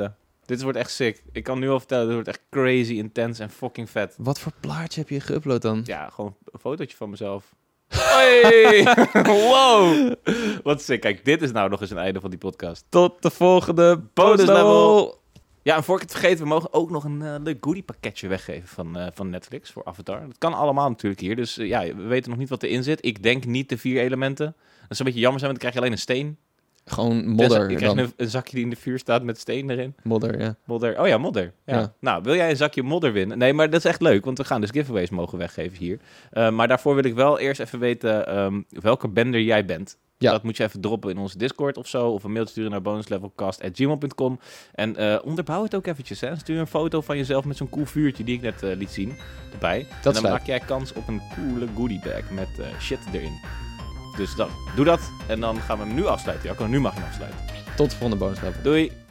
Dit wordt echt sick. Ik kan nu al vertellen, dit wordt echt crazy, intens en fucking vet. Wat voor plaatje heb je geüpload dan? Ja, gewoon een fotootje van mezelf. Hoi! Wow! Wat sick. Kijk, dit is nou nog eens een einde van die podcast. Tot de volgende bonus level. level. Ja, en voor ik het vergeet, we mogen ook nog een uh, leuk goodie pakketje weggeven van, uh, van Netflix voor Avatar. Dat kan allemaal natuurlijk hier. Dus uh, ja, we weten nog niet wat erin zit. Ik denk niet de vier elementen. Dat is een beetje jammer zijn, want dan krijg je alleen een steen. Gewoon modder. Je krijgt een, een zakje die in de vuur staat met steen erin. Modder, ja. Modder. Oh ja, modder. Ja. Ja. Nou, wil jij een zakje modder winnen? Nee, maar dat is echt leuk, want we gaan dus giveaways mogen weggeven hier. Uh, maar daarvoor wil ik wel eerst even weten um, welke bender jij bent. Ja. Dat moet je even droppen in onze Discord of zo. Of een mailtje sturen naar bonuslevelcast at gmail dot com. En uh, onderbouw het ook eventjes. Hè. Stuur een foto van jezelf met zo'n cool vuurtje die ik net uh, liet zien erbij. Dat en dan sluit. Maak jij kans op een coole goodie bag met uh, shit erin. Dus dat, doe dat. En dan gaan we hem nu afsluiten. Jacco, nu mag je hem afsluiten. Tot de volgende bonuslevel. Doei.